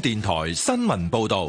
電台新聞報道。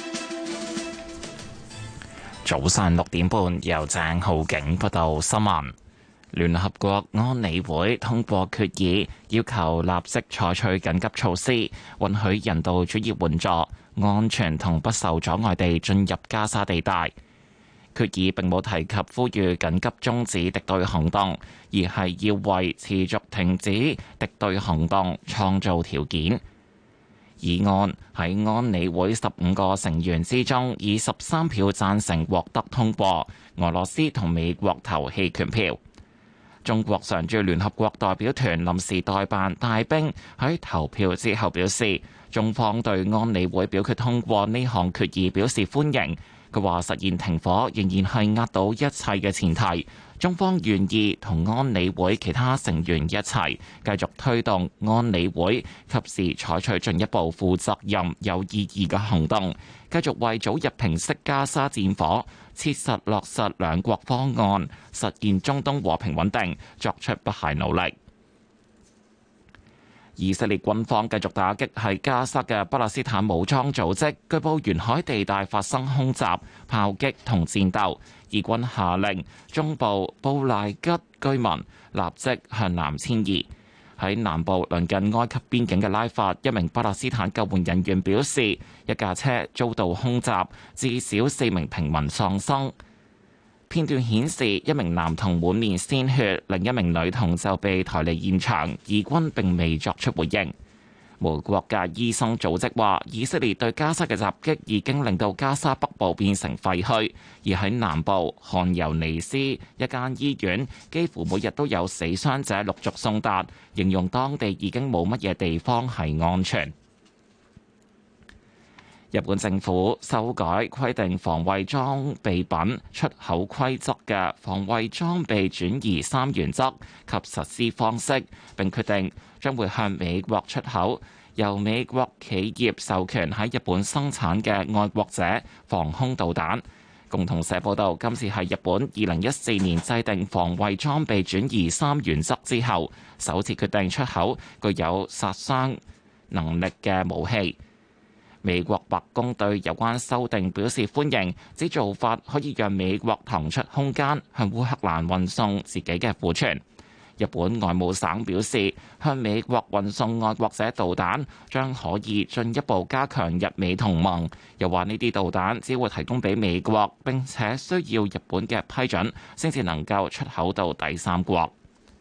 早上6點半，由鄭浩景報道新聞。聯合國安理會通過決議，要求立即採取緊急措施，允許人道主義援助安全同不受阻礙地進入加沙地帶。決議並冇提及呼籲緊急終止敵對行動，而係要為持續停止敵對行動創造條件。議案喺安理會15個成員之中，以13票贊成獲得通過，俄羅斯同美國投棄權票。中國常駐聯合國代表團臨時代辦大兵喺投票之後表示，中方對安理會表決通過呢項決議表示歡迎。佢話實現停火仍然係壓倒一切嘅前提，中方願意同安理會其他成員一齊繼續推動安理會及時採取進一步負責任有意義嘅行動，繼續為早日平息加沙戰火、切實落實兩國方案、實現中東和平穩定作出不懈努力。以色列軍方繼續打擊喺加沙嘅巴勒斯坦武裝組織，據報沿海地帶發生空襲、炮擊同戰鬥。以軍下令中部布賴吉居民立即向南遷移。喺南部鄰近埃及邊境嘅拉法，一名巴勒斯坦救援人員表示，一架車遭到空襲，至少4名平民喪生。片段顯示一名男童滿面鮮血，另一名女童就被抬離現場，以軍並未作出回應。無國界醫生組織話，以色列對加沙嘅襲擊已經令到加沙北部變成廢墟，而喺南部汗尤尼斯一間醫院，幾乎每日都有死傷者陸續送達，形容當地已經冇乜嘢地方係安全。日本政府修改規定防衛裝備品出口規則嘅防衛裝備轉移3原則及實施方式，並決定將會向美國出口由美國企業授權喺日本生產嘅愛國者防空導彈。共同社報道，今次係日本2014年制定防衛裝備轉移3原則之後，首次決定出口具有殺傷能力嘅武器。美國白宮對有關修訂表示歡迎，指做法可以讓美國騰出空間，向烏克蘭運送自己嘅庫存。日本外務省表示，向美國運送愛國者導彈將可以進一步加強日美同盟。又話呢啲導彈只會提供俾美國，並且需要日本嘅批准，先至能夠出口到第三國。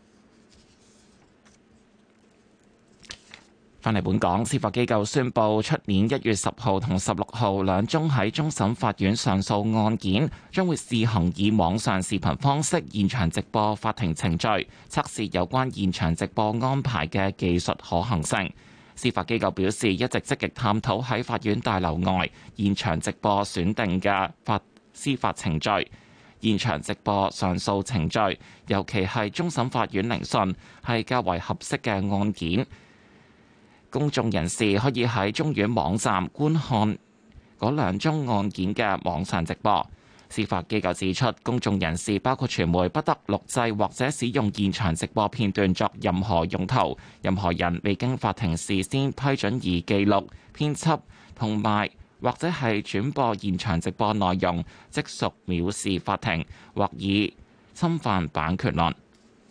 返嚟本港，司法機構宣布，出年1月10號同16號兩宗喺終審法院上訴案件，將會試行以網上視頻方式現場直播法庭程序，測試有關現場直播安排嘅技術可行性。司法機構表示，一直積極探討喺法院大樓外現場直播選定嘅司法程序。現場直播上訴程序，尤其係終審法院聆訊，係較為合適嘅案件。公眾人士可以喺中院網站觀看嗰兩宗案件嘅網上直播。司法機構指出，公眾人士包括傳媒不得錄製或者使用現場直播片段作任何用途。任何人未經法庭事先批准而記錄、編輯同埋或者係轉播現場直播內容，即屬藐視法庭或以侵犯版權論。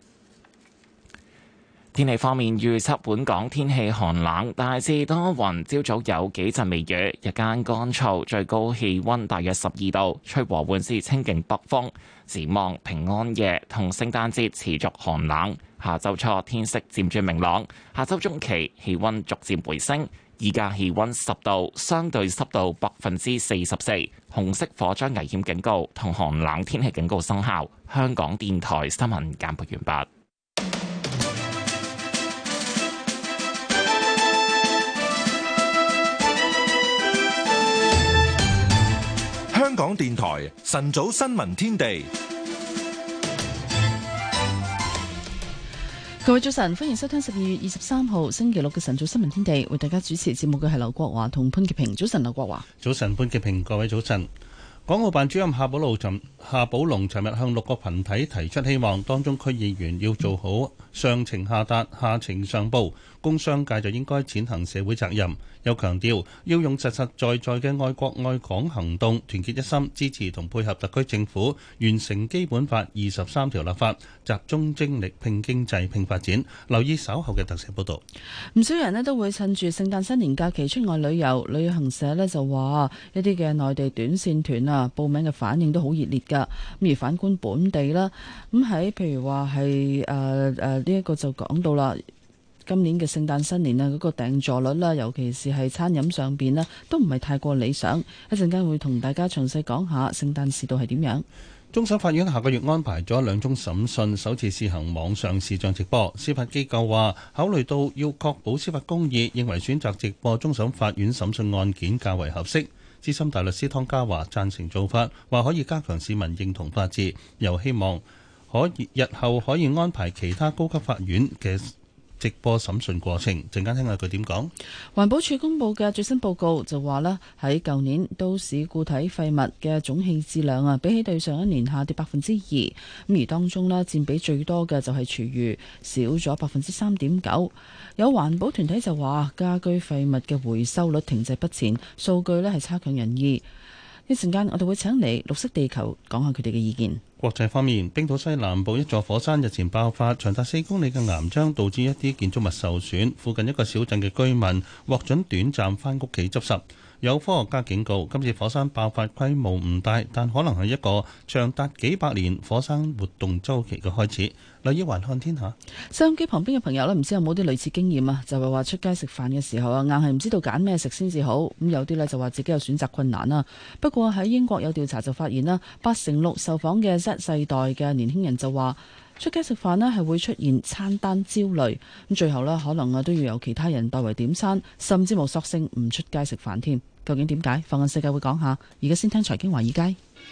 天氣方面，預測本港天氣寒冷，大致多雲，朝早有幾陣微雨，日間乾燥，最高氣溫大約12度，吹和緩至清勁北風。展望平安夜同聖誕節持續寒冷，下周初天色漸轉明朗，下周中期氣溫逐漸回升。依家氣溫10度，相對濕度44%，紅色火災危險警告同寒冷天氣警告生效。香港電台新聞簡報完畢。 香港電台晨早新聞天地， 各位早晨，歡迎收聽12月23號星期六嘅晨早新聞天地，為大家主持節目嘅係劉國華同潘潔平。早晨，劉國華。 早晨，潘潔平。各位早晨。港澳辦主任夏寶龍尋日向6個群體提出希望，當中區議員要做好上情下達、下情上報， 工商界就應該踐行社會責任。又強調要用實實在在嘅愛國愛港行動，團結一心，支持同配合特區政府完成基本法23條立法，集中精力拼經濟、拼發展。留意稍後嘅特寫報導。 唔少人都會趁住聖誕新年假期出外旅遊，旅行社就話一啲嘅內地短線團啊，報名嘅反應都好熱烈㗎。咁而反觀本地啦，咁喺譬如話係呢一個就講到啦，今年嘅聖誕新年啊，嗰個訂座率啦，尤其是係餐飲上邊呢，都唔係太過理想。一陣間會同大家詳細講下聖誕市道係點樣。 終審法院下個月安排咗2宗審訊，首次試行網上視像直播。司法機構話，考慮到要確保司法公義，認為選擇直播終審法院審訊案件較為合適。資深大律師湯家驊贊成做法，話可以加強市民認同法治，又希望日後可以安排其他高級法院嘅直播審訊過程。陣間聽下佢點講。 環保署公布嘅最新報告就話咧，喺舊年都市固體廢物嘅總棄置量啊，比起對上一年下跌2%，咁而當中咧佔比最多嘅就係廚餘，少咗3.9%。有環保團體就話，家居廢物嘅回收率停滯不前，數據咧係差強人意。一陣間我哋會請嚟綠色地球講下佢哋嘅意見。 國際方面，冰島西南部一座火山日前爆發，長達4公里嘅岩漿導致一啲建築物受損，附近一個小鎮嘅居民獲准短暫返屋企執拾。有科學家警告，今次火山爆發規模唔大，但可能係一個長達幾百年火山活動週期嘅開始。留意環看天下。 收音機旁邊嘅朋友呢，唔知有冇啲類似經驗啊？就係話出街食飯嘅時候啊，硬係唔知道揀咩食先至好。咁有啲呢就話自己有選擇困難啦。不過喺英國有調查就發現啦，86%受訪嘅 Z 世代嘅年輕人就話，出街食飯呢係會出現餐單焦慮。咁最後呢，可能都要由其他人代為點餐，甚至冇索性唔出街食飯添。究竟點解？放眼世界會講下。而家先聽財經華爾街。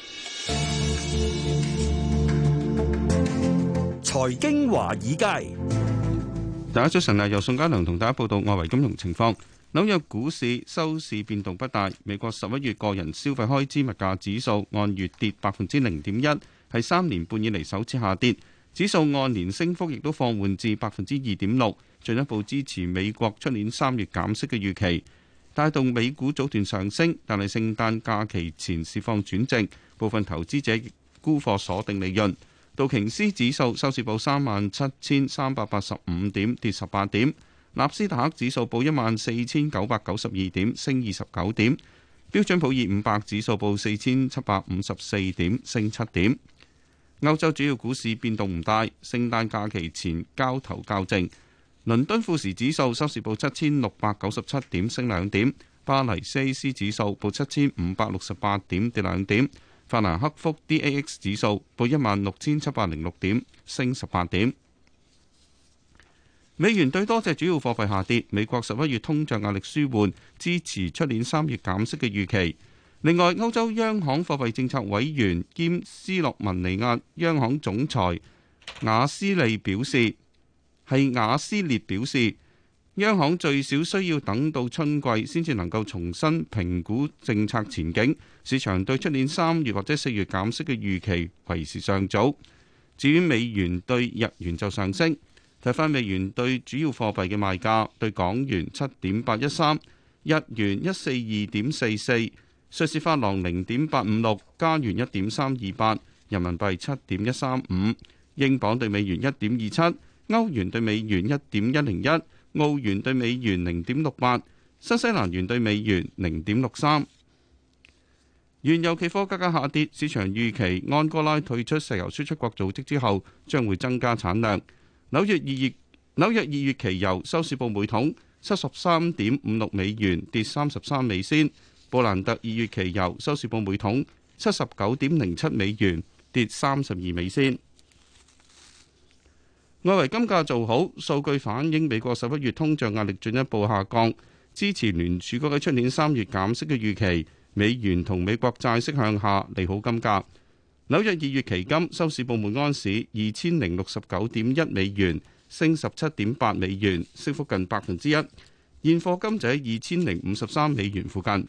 財經華爾街， 大家早晨啊！由宋家良同大家報道外圍金融情況。紐約股市收市變動不大。美國11月個人消費開支物價指數按月跌0.1%，係3年半以嚟首次下跌。指數按年升幅亦都放緩至2.6%，進一步支持美國出年3月減息嘅預期，帶動美股早段上升。但係聖誕假期前市況轉正，部分投資者沽貨鎖定利潤。道瓊斯指數收市報37,385點，跌18點；納斯達克指數報14,992點，升29點；標準普爾500指數報4,754點，升7點。歐洲主要股市變動唔大，聖誕假期前交投較靜。倫敦富時指數收市報7,697點，升2點；巴黎 CAC 指數報7,568點，跌2點。法蘭克福 DAX 指數報16,706點，升18點。美元對多隻主要貨幣下跌。美國11月通脹壓力舒緩，支持出年3月減息嘅預期。另外，歐洲央行貨幣政策委員兼斯洛文尼亞央行總裁雅斯列表示，央行最少需要等到春季先至能夠重新評估政策前景。市場對出年3月或者4月減息嘅預期為時尚早。至於美元對日元就上升，睇返美元對主要貨幣嘅賣價：對港元7.813，日元142.44，瑞士法郎0.856，加元1.328，人民幣7.135，英鎊對美元1.27，歐元對美元1.101，澳元對美元0.68，新西蘭元對美元0.63。原油期貨價格下跌，市場預期安哥拉退出石油輸出國組織之後，將會增加產量。紐約二月期油收市報每桶73.56美元，跌33美仙。布蘭特2月期油收市報每桶79.07美元，跌32美仙。外圍金價做好，數據反映美國11月通脹壓力進一步下降，支持聯儲局喺出年3月減息嘅預期。美元同美國債息向下，利好金價。紐約2月期金收市報每盎司2069.1美元，升17.8美元，升幅近1%。現貨金就喺2053美元附近。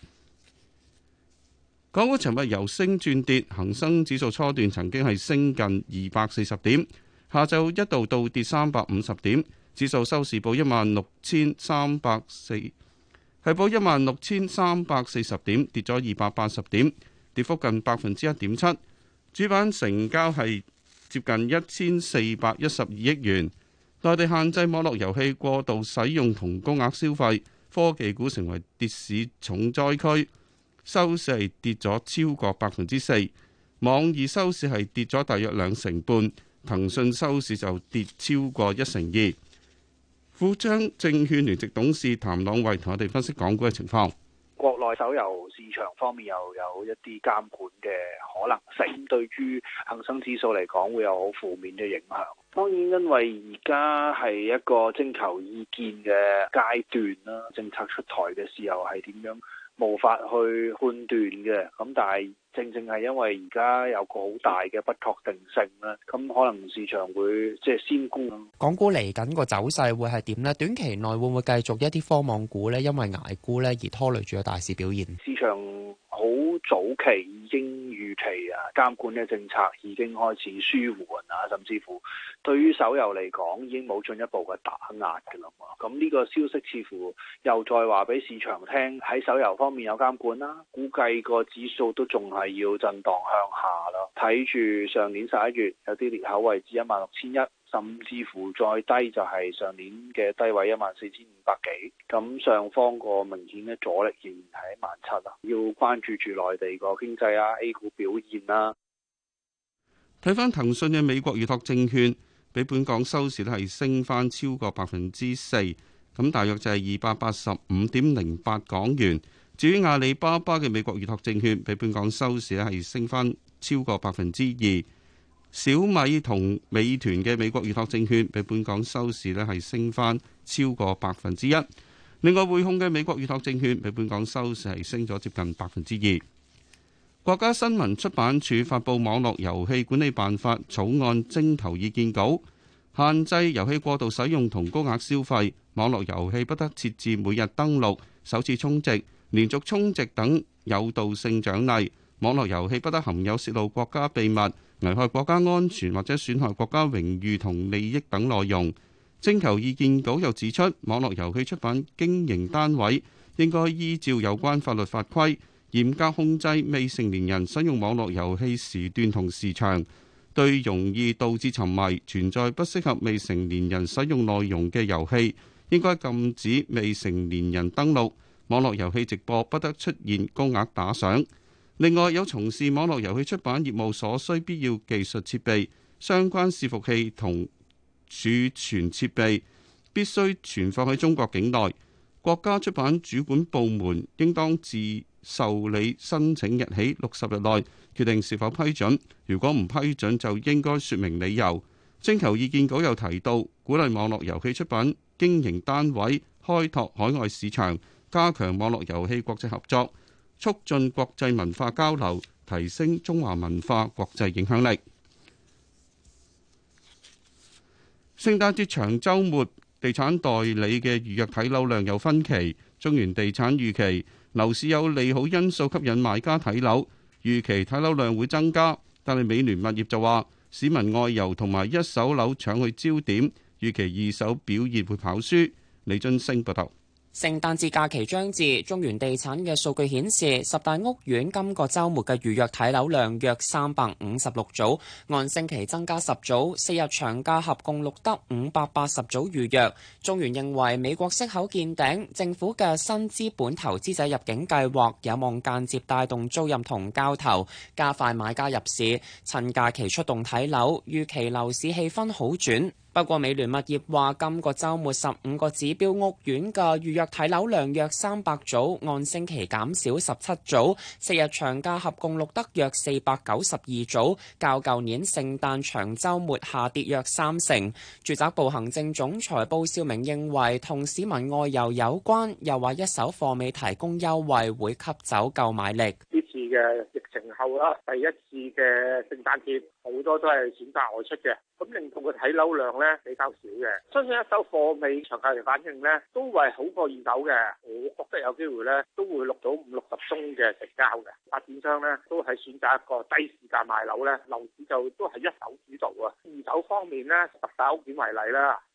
港股尋日由升轉跌，恒生指數初段曾經係升近240點，下晝一度倒跌350點， 指數收市報16,340，係報16,340點，跌咗280點，跌幅近1.7%。主板成交係接近1412億元。內地限制網絡遊戲過度使用同高額消費，科技股成為跌市重災區，收市係跌咗超過4%。網易收市係跌咗大約2成半，騰訊收市就跌超過1成2。富昌證券聯席董事譚朗慧同我哋分析港股嘅情況。 國內手遊市場方面又有一啲監管嘅可能性，對於恒生指數嚟講會有好負面嘅影響。當然，因為而家係一個徵求意見嘅階段啦，政策出台嘅時候係點樣，無法去判斷嘅。咁但係正係因為而家有個好大嘅不確定性啦，咁可能市場會先沽。 港股嚟緊個走勢會係點呢？短期內會唔會繼續一啲科網股呢？因為捱沽呢而拖累住個大市表現。 市場好早期已經預期監管嘅政策已經開始舒緩甚至乎對於手遊嚟講已經冇進一步嘅打壓㗎啦嘛。咁呢個消息似乎又再話俾市場聽，喺手遊方面有監管啦，估計個指數都仲係要震盪向下啦。睇住上年11月有啲裂口位置16,100，甚至乎再低就係上年嘅低位14,500幾。咁上方個明顯嘅阻力仍然係喺17,000，要關注住內地個經濟A 股表現啦。 睇翻騰訊嘅美國預託證券，比本港收市係升翻超過4%，咁大約就係285.08港元。至於阿里巴巴嘅美國預託證券，比本港收市係升翻超過2%。小米同美團嘅美國預託證券，比本港收市係升翻超過1%。另外匯控嘅美國預託證券，比本港收市係升咗接近2%。國家新聞出版署發布網絡遊戲管理辦法草案徵求意見稿，限制遊戲過度使用同高額消費。網絡遊戲不得設置每日登錄、首次充值、連續充值等誘導性獎勵。網絡遊戲不得含有泄露國家秘密、危害國家安全或者損害國家榮譽同利益等內容。徵求意見稿又指出，網絡遊戲出版經營單位應該依照有關法律法規，嚴格控制未成年人使用網絡遊戲時段同時長，對容易導致沉迷、存在不適合未成年人使用內容嘅遊戲，應該禁止未成年人登錄。網絡遊戲直播不得出現高額打賞。另外，有從事網絡遊戲出版業務所需必要技術設備、相關伺服器同儲存設備，必須存放喺中國境內。國家出版主管部門應當自受理申請日起60日內決定是否批准，如果唔批准就應該說明理由。徵求意見稿又提到，鼓勵網絡遊戲出版經營單位開拓海外市場，加強網絡遊戲國際合作，促進國際文化交流，提升中華文化國際影響力。聖誕節長週末，地產代理嘅預約睇樓量有分歧。中原地產預期樓市有利好因素吸引買家睇樓，預期睇樓量會增加。但係美聯物業就話，市民外遊同埋一手樓搶去焦點，預期二手表現會跑輸。李津升報道。 聖誕節假期將至，中原地產嘅數據顯示，10大屋苑今個週末嘅預約睇樓量約356組，按星期增加10組，4日長假合共錄得580組預約。中原認為美國息口見頂，政府嘅新資本投資者入境計劃有望間接帶動租賃同交投，加快買家入市，趁假期出動睇樓，預期樓市氣氛好轉。不過，美聯物業話，今個週末15個指標屋苑嘅預約睇樓量約300組，按星期減少17組，4日長假合共錄得約492組，較舊年聖誕長週末下跌約30%。住宅部行政總裁布少明認為，同市民外遊有關，又話一手貨尾提供優惠會吸走購買力。 呢次嘅疫情後啦，第一次嘅聖誕節好多都係選擇外出嘅，咁令到個睇樓量咧比較少嘅。相信一手貨尾長假期反應咧都會好過二手嘅，我覺得有機會咧都會錄到50-60宗嘅成交嘅。發展商咧都係選擇一個低市價賣樓咧，樓市就都係一手主導啊。二手方面咧，10大屋苑為例啦，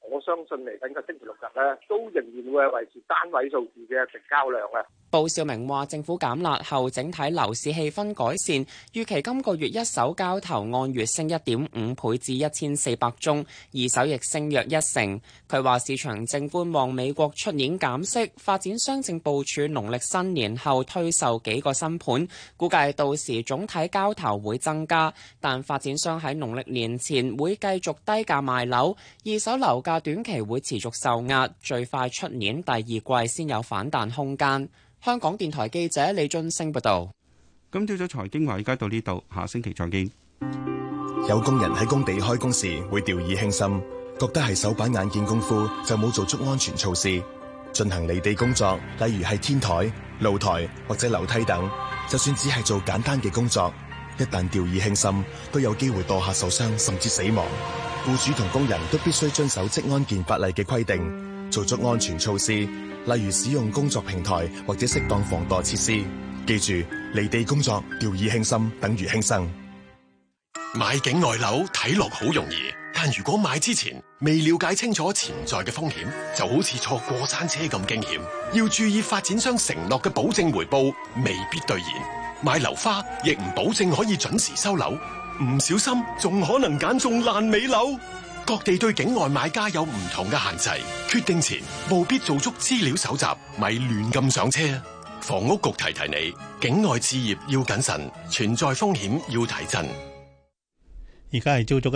我相信嚟緊個星期六日咧，都仍然會係維持單位數字嘅成交量啊。 布少明話：政府減辣後，整體樓市氣氛改善，預期今個月一手交投按月升1.5倍至1400宗，二手亦升約1成。佢話市場正觀望美國出年減息，發展商正部署農曆新年後推售幾個新盤，估計到時總體交投會增加，但發展商喺農曆年前會繼續低價賣樓，二手樓價短期會持續受壓，最快出年第二季先有反彈空間。香港電台記者李津升報道。 今朝早財經華爾街到呢度，下星期再見。 有工人喺工地開工時會掉以輕心，覺得係手板眼見功夫就冇做足安全措施。進行離地工作，例如係天台、露台或者樓梯等，就算只係做簡單嘅工作，一旦掉以輕心，都有機會墮下受傷甚至死亡。僱主同工人都必須遵守職安健法例嘅規定，做足安全措施。例如使用工作平台或者適當防墮設施。記住，離地工作掉以輕心等於輕生。 買境外樓睇落好容易，但如果買之前未了解清楚潛在嘅風險，就好似坐過山車咁驚險。要注意發展商承諾嘅保證回報未必兌現，買樓花亦唔保證可以準時收樓，唔小心仲可能揀中爛尾樓。各地對境外買家有唔同嘅限制，決定前務必做足資料搜集，咪亂咁上車。房屋局提提你，境外置業要謹慎，存在風險要提振。 而家係朝早嘅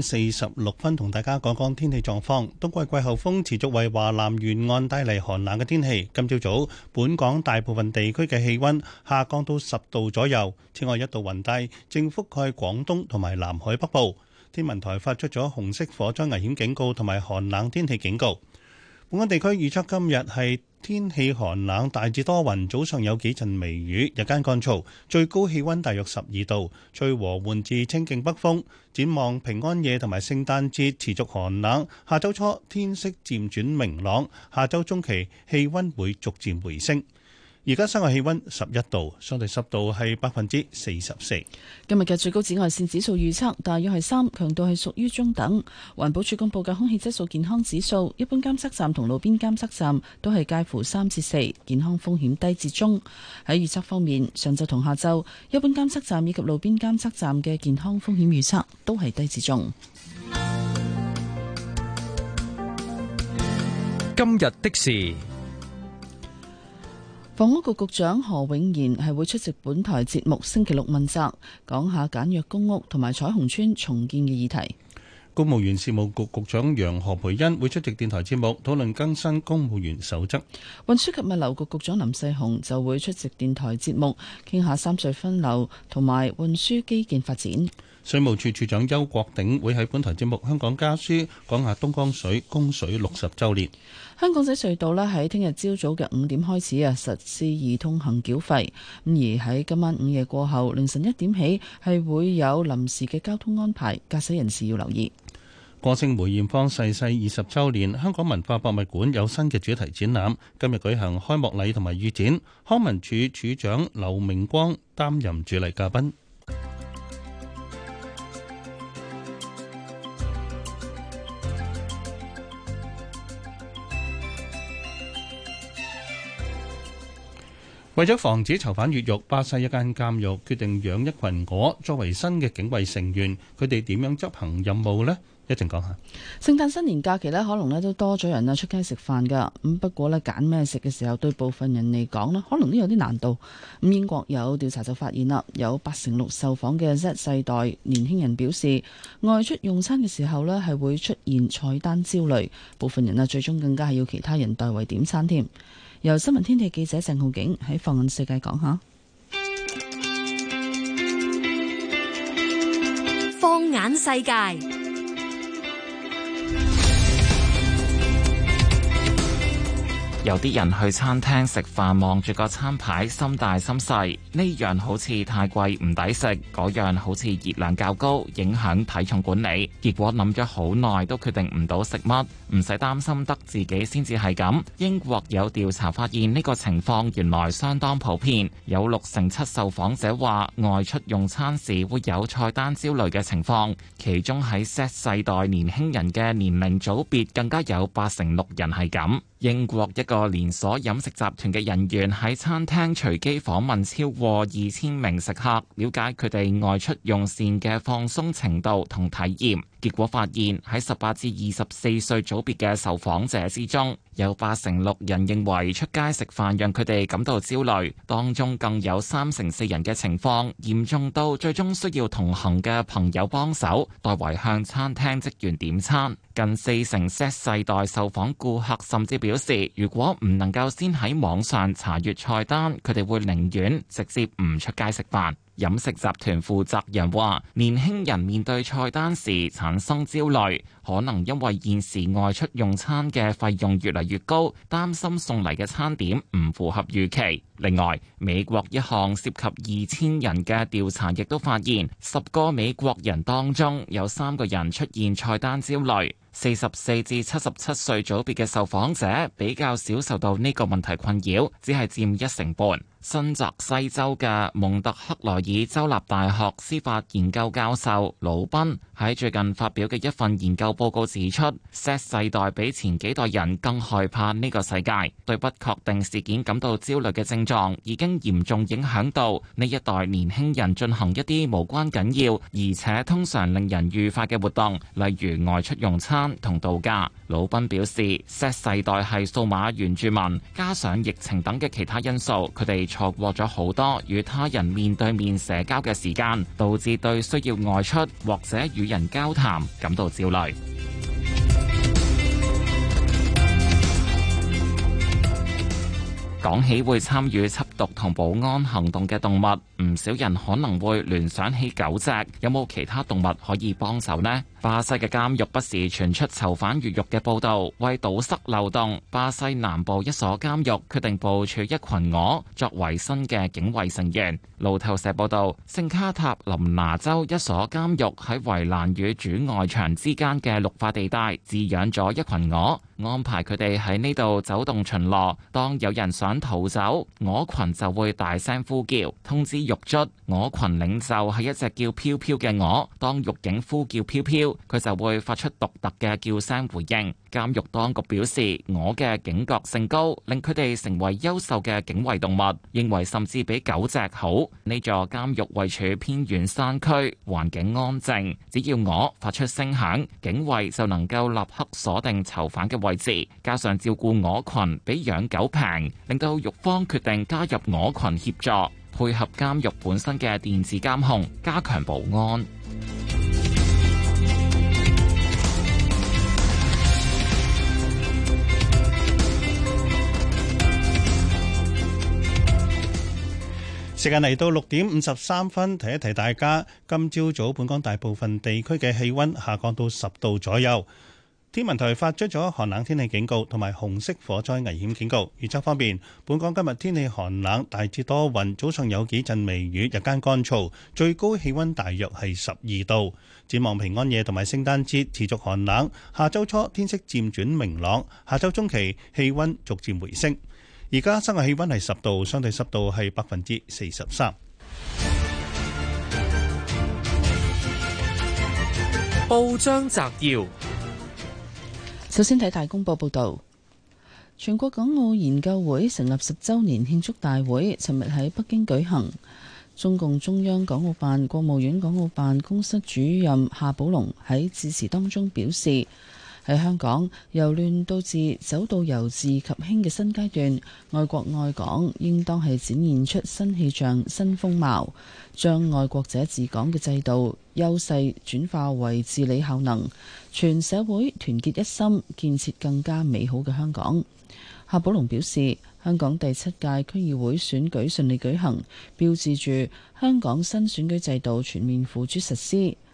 6:46，同大家講講天氣狀況。冬季季候風持續為華南沿岸帶嚟寒冷嘅天氣。今朝早，本港大部分地區嘅氣溫下降到10度左右。此外，一道雲帶正覆蓋廣東同埋南海北部。天文台發出咗紅色火災危險警告同埋寒冷天氣警告。本港地區預測今日係天氣寒冷，大致多雲，早上有幾陣微雨，日間乾燥，最高氣溫大約12度，吹和緩至清勁北風。展望平安夜同埋聖誕節持續寒冷，下周初天色漸轉明朗，下周中期氣溫會逐漸回升。而家室外氣溫11度，相對濕度係44%。 今日嘅最高紫外線指數預測大約係3，強度係屬於中等。環保署公布嘅空氣質素健康指數，一般監測站同路邊監測站都係介乎3至4，健康風險低至中。喺預測方面，上晝同下晝，一般監測站以及路邊監測站嘅健康風險預測都係低至中。 今日的事。 房屋局局長何永賢係會出席本台節目星期六問責，講下簡約公屋同埋彩虹邨重建嘅議題。 公務員事務局局長楊何蓓茵會出席電台節目，討論更新公務員守則。 運輸及物流局局長林世雄就會出席電台節目，傾下三隧分流同埋運輸基建發展。 水務署署長邱國鼎會喺本台節目《香港家書》講下東江水供水60週年。 香港仔隧道咧喺聽日朝早嘅5點開始實施易通行繳費，咁而喺今晚午夜過後凌晨1點起係會有臨時嘅交通安排，駕駛人士要留意。 歌星梅艷芳逝世20週年，香港文化博物館有新嘅主題展覽，今日舉行開幕禮同埋預展，康文署署長劉明光擔任主禮嘉賓。為咗防止囚犯越獄，巴西一間監獄決定養一群鵝作為新嘅警衛成員。佢哋點樣執行任務呢？一陣講下。 聖誕新年假期可能都多咗人出街食飯噶。不過揀咩食嘅時候，對部分人嚟講可能都有啲難度。英國有調查就發現啦，有86%受訪嘅 Z 世代年輕人表示，外出用餐嘅時候係會出現菜單焦慮，部分人最終更加係要其他人代為點餐添。由新聞天地記者鄭浩景喺放眼世界講下。 放眼世界。 有啲人去餐廳食飯，望住個餐牌，心大心細，呢樣好似太貴唔抵食，嗰樣好似熱量較高，影響體重管理。結果諗咗好耐都決定唔到食乜，唔使擔心得自己先至係咁。英國有調查發現呢個情況原來相當普遍，有67%受訪者話外出用餐時會有菜單焦慮嘅情況，其中喺 Z 世代年輕人嘅年齡組別更加有86%人係咁。英國一個連鎖飲食集團嘅人員喺餐廳隨機訪問超過2000名食客，了解佢哋外出用膳嘅放鬆程度同體驗。結果發現喺18至24歲組別嘅受訪者之中，有86%人認為出街食飯讓佢哋感到焦慮，當中更有34%人嘅情況嚴重到最終需要同行嘅朋友幫手，代為向餐廳職員點餐。近40%Z 世代受訪顧客甚至表示，如果唔能夠先喺網上查閱菜單，佢哋會寧願直接唔出街食飯。飲食集團負責人話，年輕人面對菜單時產生焦慮，可能因為現時外出用餐嘅費用越嚟越高，擔心送嚟嘅餐點唔符合預期。另外，美國一項涉及2000人嘅調查亦都發現，10個美國人當中有3個人出現菜單焦慮。44至77歲組別嘅受訪者比較少受到呢個問題困擾，只係佔1.5%。新澤西州嘅蒙特克萊爾州立大學司法研究教授魯賓喺最近發表嘅一份研究報告指出，Z 世代比前幾代人更害怕呢個世界，對不確定事件感到焦慮嘅症狀已經嚴重影響到呢一代年輕人進行一啲無關緊要而且通常令人愉快嘅活動，例如外出用餐同度假。魯賓表示，Z 世代係數碼原住民，加上疫情等嘅其他因素，佢哋錯過咗好多與他人面對面社交嘅時間，導致對需要外出或者與人交談感到焦慮。講起會參與緝毒同保安行動嘅動物，唔少人可能會聯想起狗隻，有冇其他動物可以幫手呢？巴西嘅監獄不時傳出囚犯越獄嘅報導，為堵塞漏洞，巴西南部一所監獄決定部署一群鵝作為新嘅警衛成員。路透社報導，聖卡塔林拿州一所監獄喺圍欄與主外牆之間嘅綠化地帶飼養咗一群鵝，安排佢哋喺呢度走動巡邏。當有人想逃走，鵝群就會大聲呼叫，通知獄卒。鵝群領袖係一隻叫飄飄嘅鵝，當獄警呼叫飄飄，佢就會發出獨特嘅叫聲回應。監獄當局表示，鵝嘅警覺性高，令佢哋成為優秀嘅警衛動物，認為甚至比狗隻好。呢座監獄位處偏遠山區，環境安靜，只要鵝發出聲響，警衛就能夠立刻鎖定囚犯嘅位置。加上照顧鵝群比養狗平，令到獄方決定加入鵝群協助，配合監獄本身嘅電子監控，加強保安。 時間嚟到6:53，提一提大家，今朝早本港大部分地區嘅氣溫下降到10度左右。天文台發出咗寒冷天氣警告同埋紅色火災危險警告。預測方面，本港今日天氣寒冷，大致多雲，早上有幾陣微雨，日間乾燥，最高氣溫大約係12度。展望平安夜同埋聖誕節持續寒冷，下周初天色漸轉明朗，下周中期氣溫逐漸回升。而家室外氣溫係10度，相對濕度係43%。 報章摘要。 首先睇大公報報導，全國港澳研究會成立10週年慶祝大會，尋日喺北京舉行。中共中央港澳辦、國務院港澳辦公室主任夏寶龍喺致辭當中表示，喺香港由亂到治走到由治及興嘅新階段，愛國愛港應當係展現出新氣象、新風貌，將愛國者治港嘅制度優勢轉化為治理效能，全社會團結一心，建設更加美好嘅香港。夏寶龍表示，香港第7屆區議會選舉順利舉行，標誌住香港新選舉制度全面付諸實施。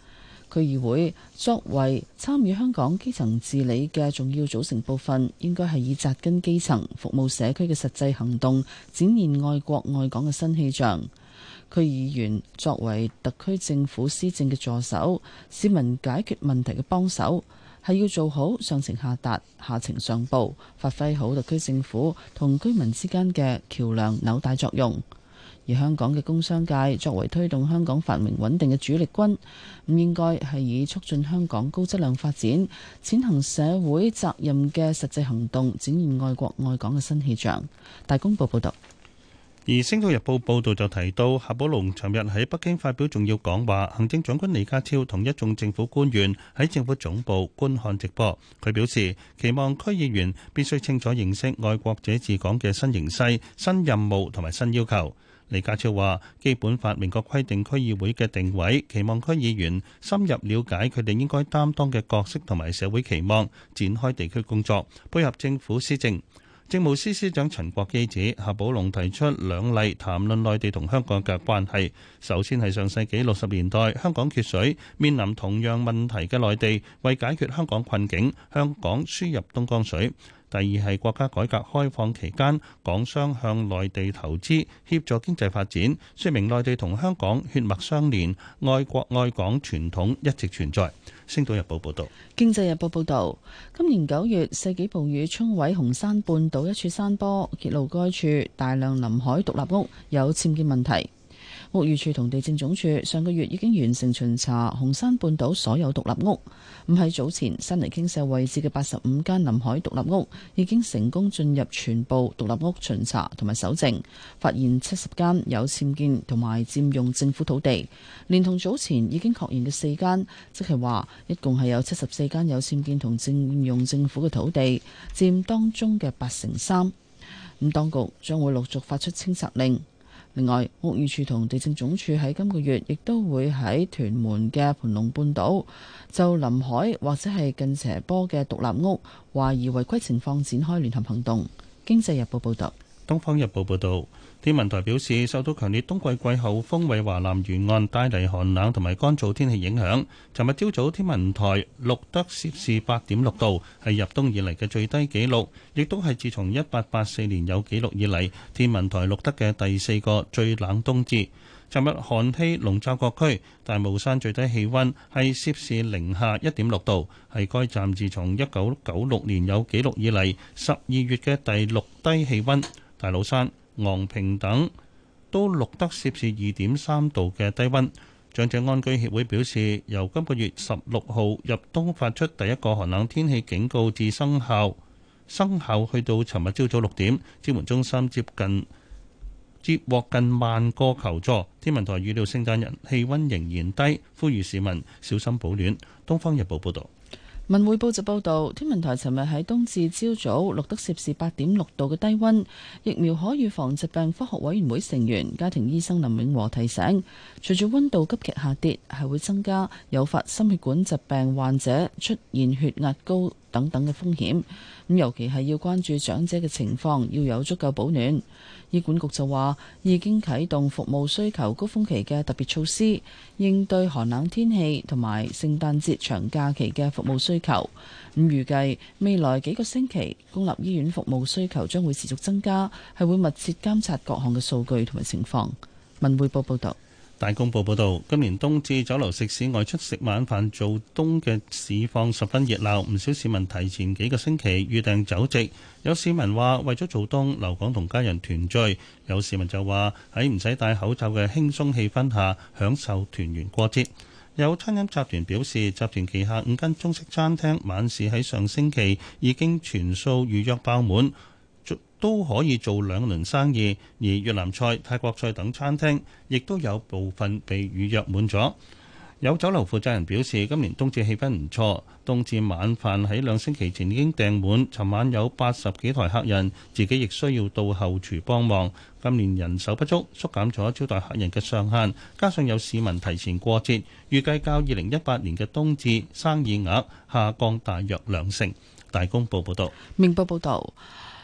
區議會作為參與香港基層治理嘅重要組成部分，應該係以紮根基層、服務社區嘅實際行動，展現愛國愛港嘅新氣象。區議員作為特區政府施政嘅助手，市民解決問題嘅幫手，係要做好上情下達、下情上報，發揮好特區政府同居民之間嘅橋梁紐帶作用。而香港嘅工商界作為推動香港繁榮穩定嘅主力軍，咁應該係以促進香港高質量發展、踐行社會責任嘅實際行動，展現愛國愛港嘅新氣象。大公報報道。 而《星島日報》報導就提到，夏寶龍尋日喺北京發表重要講話，行政長官李家超同一眾政府官員喺政府總部觀看直播。佢表示，期望區議員必須清楚認識愛國者治港嘅新形勢、新任務同埋新要求。李家超話，基本法明確規定區議會嘅定位，期望區議員深入了解佢哋應該擔當嘅角色同埋社會期望，展開地區工作，配合政府施政。政務司司長陳國基指，夏寶龍提出兩例談論內地同香港嘅關係。首先係上世紀60年代香港缺水，面臨同樣問題嘅內地，為解決香港困境，香港輸入東江水。第二係國家改革開放期間，港商向內地投資，協助經濟發展，說明內地同香港血脈相連，愛國愛港傳統一直存在。星島日報報道。 經濟日報報道，今年9月世紀暴雨沖毀紅山半島一處山坡，揭露該處大量臨海獨立屋有僭建問題。屋宇署同地政總署上個月已經完成巡查紅山半島所有獨立屋，咁喺早前山泥傾瀉位置嘅85間臨海獨立屋已經成功進入全部獨立屋巡查同埋搜證，發現70間有僭建同埋佔用政府土地，連同早前已經確認嘅4間，即係話一共係有74間有僭建同佔用政府嘅土地，佔當中嘅3%。咁當局將會陸續發出清拆令。另外，屋宇署同地政總署喺今個月亦都會喺屯門嘅蟠龍半島就臨海或者係近斜坡嘅獨立屋懷疑違規情況展開聯合行動。經濟日報報道。 東方日報報導，天文台表示，受到強烈冬季季候風為華南沿岸帶嚟寒冷同埋乾燥天氣影響，尋日朝早天文台錄得攝氏8.6度，係入冬以嚟嘅最低紀錄，亦都係自從1884年有紀錄以嚟，天文台錄得嘅第4個最冷冬至。尋日寒氣籠罩各區，大帽山最低氣温係攝氏零下1.6度，係該站自從1996年有紀錄以嚟12月嘅第6低氣温。大老山、昂坪等都錄得攝氏2.3度嘅低温。長者安居協會表示，由今個月16號入冬發出第一個寒冷天氣警告至生效去到尋日朝早6點，支援中心接獲近1萬個求助。天文台預料聖誕日氣温仍然低，呼籲市民小心保暖。《東方日報》報導。 文匯報就報道，天文台尋日喺冬至朝早錄得攝氏8.6度嘅低温。疫苗可預防疾病科學委員會成員、家庭醫生林永和提醒，隨住温度急劇下跌，係會增加誘發心血管疾病患者出現血壓高等等嘅風險。咁尤其係要關注長者嘅情況，要有足夠保暖。醫管局就話已經啟動服務需求高峰期嘅特別措施，應對寒冷天氣同埋聖誕節長假期嘅服務需求。咁預計未來幾個星期，公立醫院服務需求將會持續增加，係會密切監察各項嘅數據同埋情況。文匯報報道。 大公報報導，今年冬至酒樓食肆外出食晚飯做冬嘅市況十分熱鬧，唔少市民提前幾個星期預訂酒席。有市民話為咗做冬留港同家人團聚，有市民就話喺唔使戴口罩嘅輕鬆氣氛下享受團圓過節。有餐飲集團表示，集團旗下5間中式餐廳晚市喺上星期已經全數預約爆滿，都可以做2輪生意，而越南菜、泰國菜等餐廳亦都有部分被預約滿咗。有酒樓負責人表示，今年冬至氣氛唔錯，冬至晚飯喺2星期前已經訂滿，尋晚有80幾台客人，自己亦需要到後廚幫忙。今年人手不足，縮減咗招待客人嘅上限，加上有市民提前過節，預計較2018年嘅冬至生意額下降大約2成。大公報報道。 明報報道。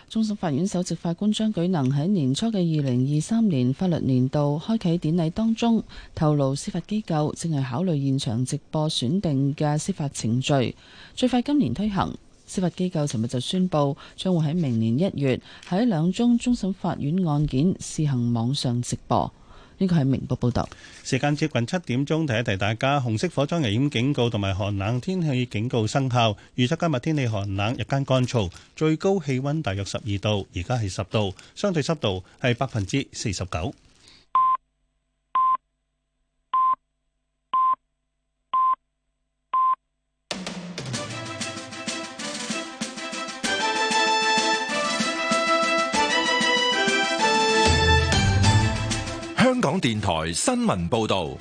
終審法院首席法官張舉能喺年初嘅2023年法律年度開啟典禮當中透露，司法機構正係考慮現場直播選定嘅司法程序，最快今年推行。司法機構尋日就宣布，將會喺明年1月喺2宗終審法院案件試行網上直播。呢個係明報報導。 時間接近7點鐘，提一提大家，紅色火災危險警告同埋寒冷天氣警告生效。預測今日天氣寒冷，日間乾燥，最高氣溫大約12度，而家係10度，相對濕度係49%。 香港電台新聞報道，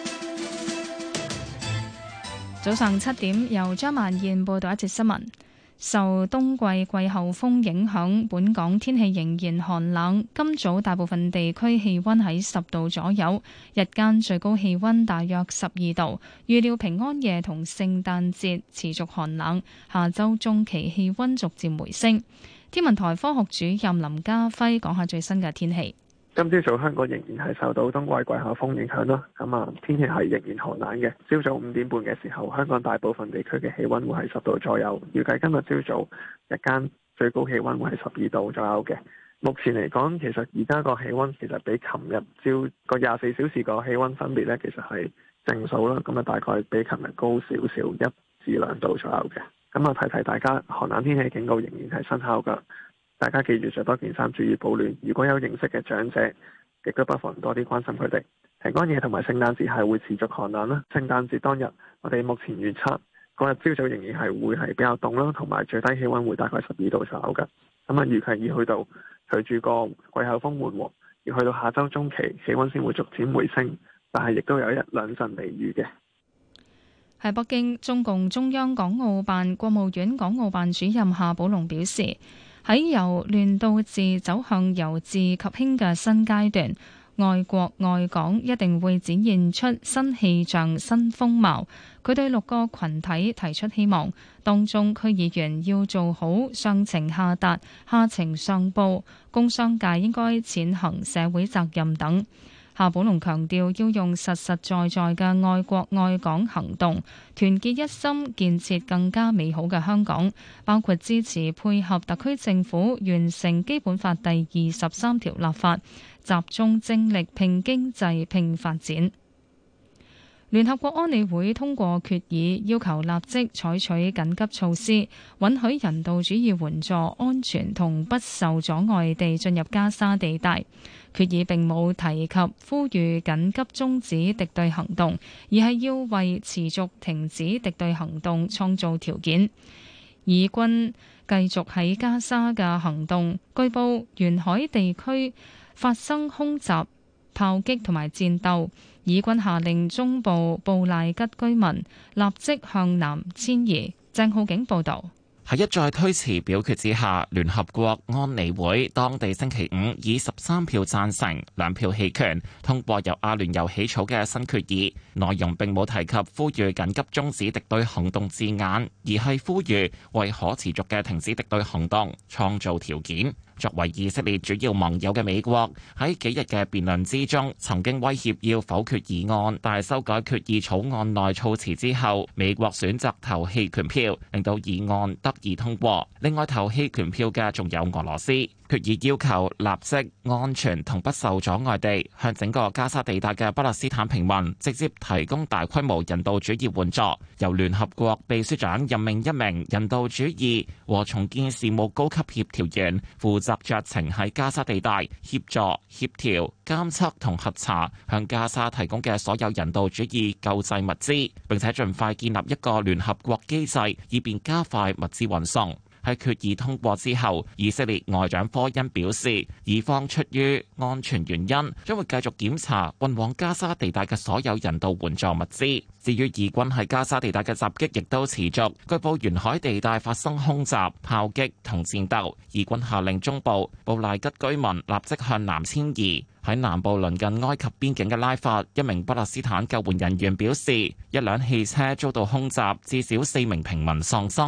早上7點由張曼燕報道一節新聞。受冬季季候風影響，本港天氣仍然寒冷。今早大部分地區氣溫喺10度左右，日間最高氣溫大約12度。預料平安夜同聖誕節持續寒冷，下周中期氣溫逐漸回升。天文台科學主任林家輝講下最新嘅天氣。 今朝早香港仍然係受到冬季季候風影響啦，天氣係仍然寒冷嘅。朝早5點半嘅時候，香港大部分地區嘅氣溫會係10度左右。預計今日朝早日間最高氣溫會係12度左右嘅。目前嚟講，其實而家個氣溫其實比琴日朝個24小時個氣溫分別咧，其實係正數啦。大概比琴日高少少1至2度左右嘅。提大家，寒冷天氣警告仍然係生效㗎。大家記住着多件衫，注意保暖。如果有認識嘅長者，亦都不妨多啲關心佢哋。平安夜同埋聖誕節係會持續寒冷啦。聖誕節當日，我哋目前預測嗰日朝早仍然係會係比較凍啦，同埋最低氣溫會大概12度左右嘅。預計要去到隨住個季候風緩和，要去到下周中期氣溫先會逐漸回升，但係亦都有1-2陣微雨嘅。 喺北京，中共中央港澳辦、國務院港澳辦主任夏寶龍表示，喺由亂到治走向由治及興嘅新階段，愛國愛港一定會展現出新氣象、新風貌。佢對6個群體提出希望，當中區議員要做好上情下達、下情上報，工商界應該踐行社會責任等。夏寶龍強調，要用實實在在嘅愛國愛港行動，團結一心，建設更加美好嘅香港，包括支持配合特區政府完成基本法第23條立法，集中精力拼經濟、拼發展。聯合國安理會通過決議，要求立即採取緊急措施，允許人道主義援助安全同不受阻礙地進入加沙地帶。決議並冇提及呼籲緊急終止敵對行動，而係要為持續停止敵對行動創造條件。以軍繼續喺加沙嘅行動，據報沿海地區發生空襲、炮擊同埋戰鬥。以軍下令中部布賴吉居民立即向南遷移。鄭浩景報導。 喺一再推遲表決之下，聯合國安理會當地星期5以13票贊成、2票棄權通過由阿聯酋起草嘅新決議，內容並冇提及呼籲緊急終止敵對行動字眼，而係呼籲為可持續嘅停止敵對行動創造條件。作為以色列主要盟友嘅美國，喺幾日嘅辯論之中，曾經威脅要否決議案，但係修改決議草案內措辭之後，美國選擇投棄權票，令到議案得以通過。另外投棄權票嘅仲有俄羅斯。決議要求立即、安全同不受阻礙地向整個加沙地帶嘅巴勒斯坦平民直接提供大規模人道主義援助。由聯合國秘書長任命一名人道主義和重建事務高級協調員，負責酌情喺加沙地帶協助、協調、監測同核查向加沙提供嘅所有人道主義救濟物資，並且盡快建立一個聯合國機制，以便加快物資運送。喺決議通過之後，以色列外長科恩表示，以方出於安全原因，將會繼續檢查運往加沙地帶嘅所有人道援助物資。至於以軍喺加沙地帶嘅襲擊亦都持續，據報沿海地帶發生空襲、炮擊同戰鬥。以軍下令中部布賴吉居民立即向南遷移。喺南部鄰近埃及邊境嘅拉法，一名巴勒斯坦救援人員表示，一輛汽車遭到空襲，至少4名平民喪生。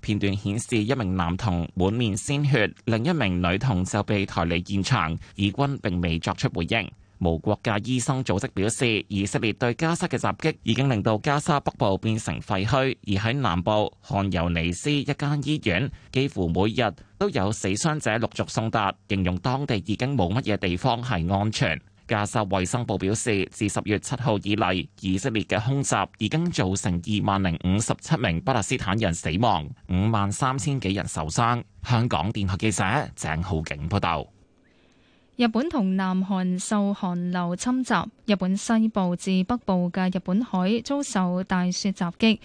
片段顯示一名男童滿面鮮血，另一名女童就被抬離現場，以軍並未作出回應。無國界醫生組織表示，以色列對加沙嘅襲擊已經令到加沙北部變成廢墟，而喺南部汗尤尼斯一間醫院，幾乎每日都有死傷者陸續送達，形容當地已經冇乜嘢地方係安全。加沙衛生部表示，自10月7號以嚟，以色列嘅空襲已經造成20,057名巴勒斯坦人死亡，53,000幾人受傷。香港電台記者鄭浩景報道。 日本同南韓受寒流侵襲，日本西部至北部嘅日本海遭受大雪襲擊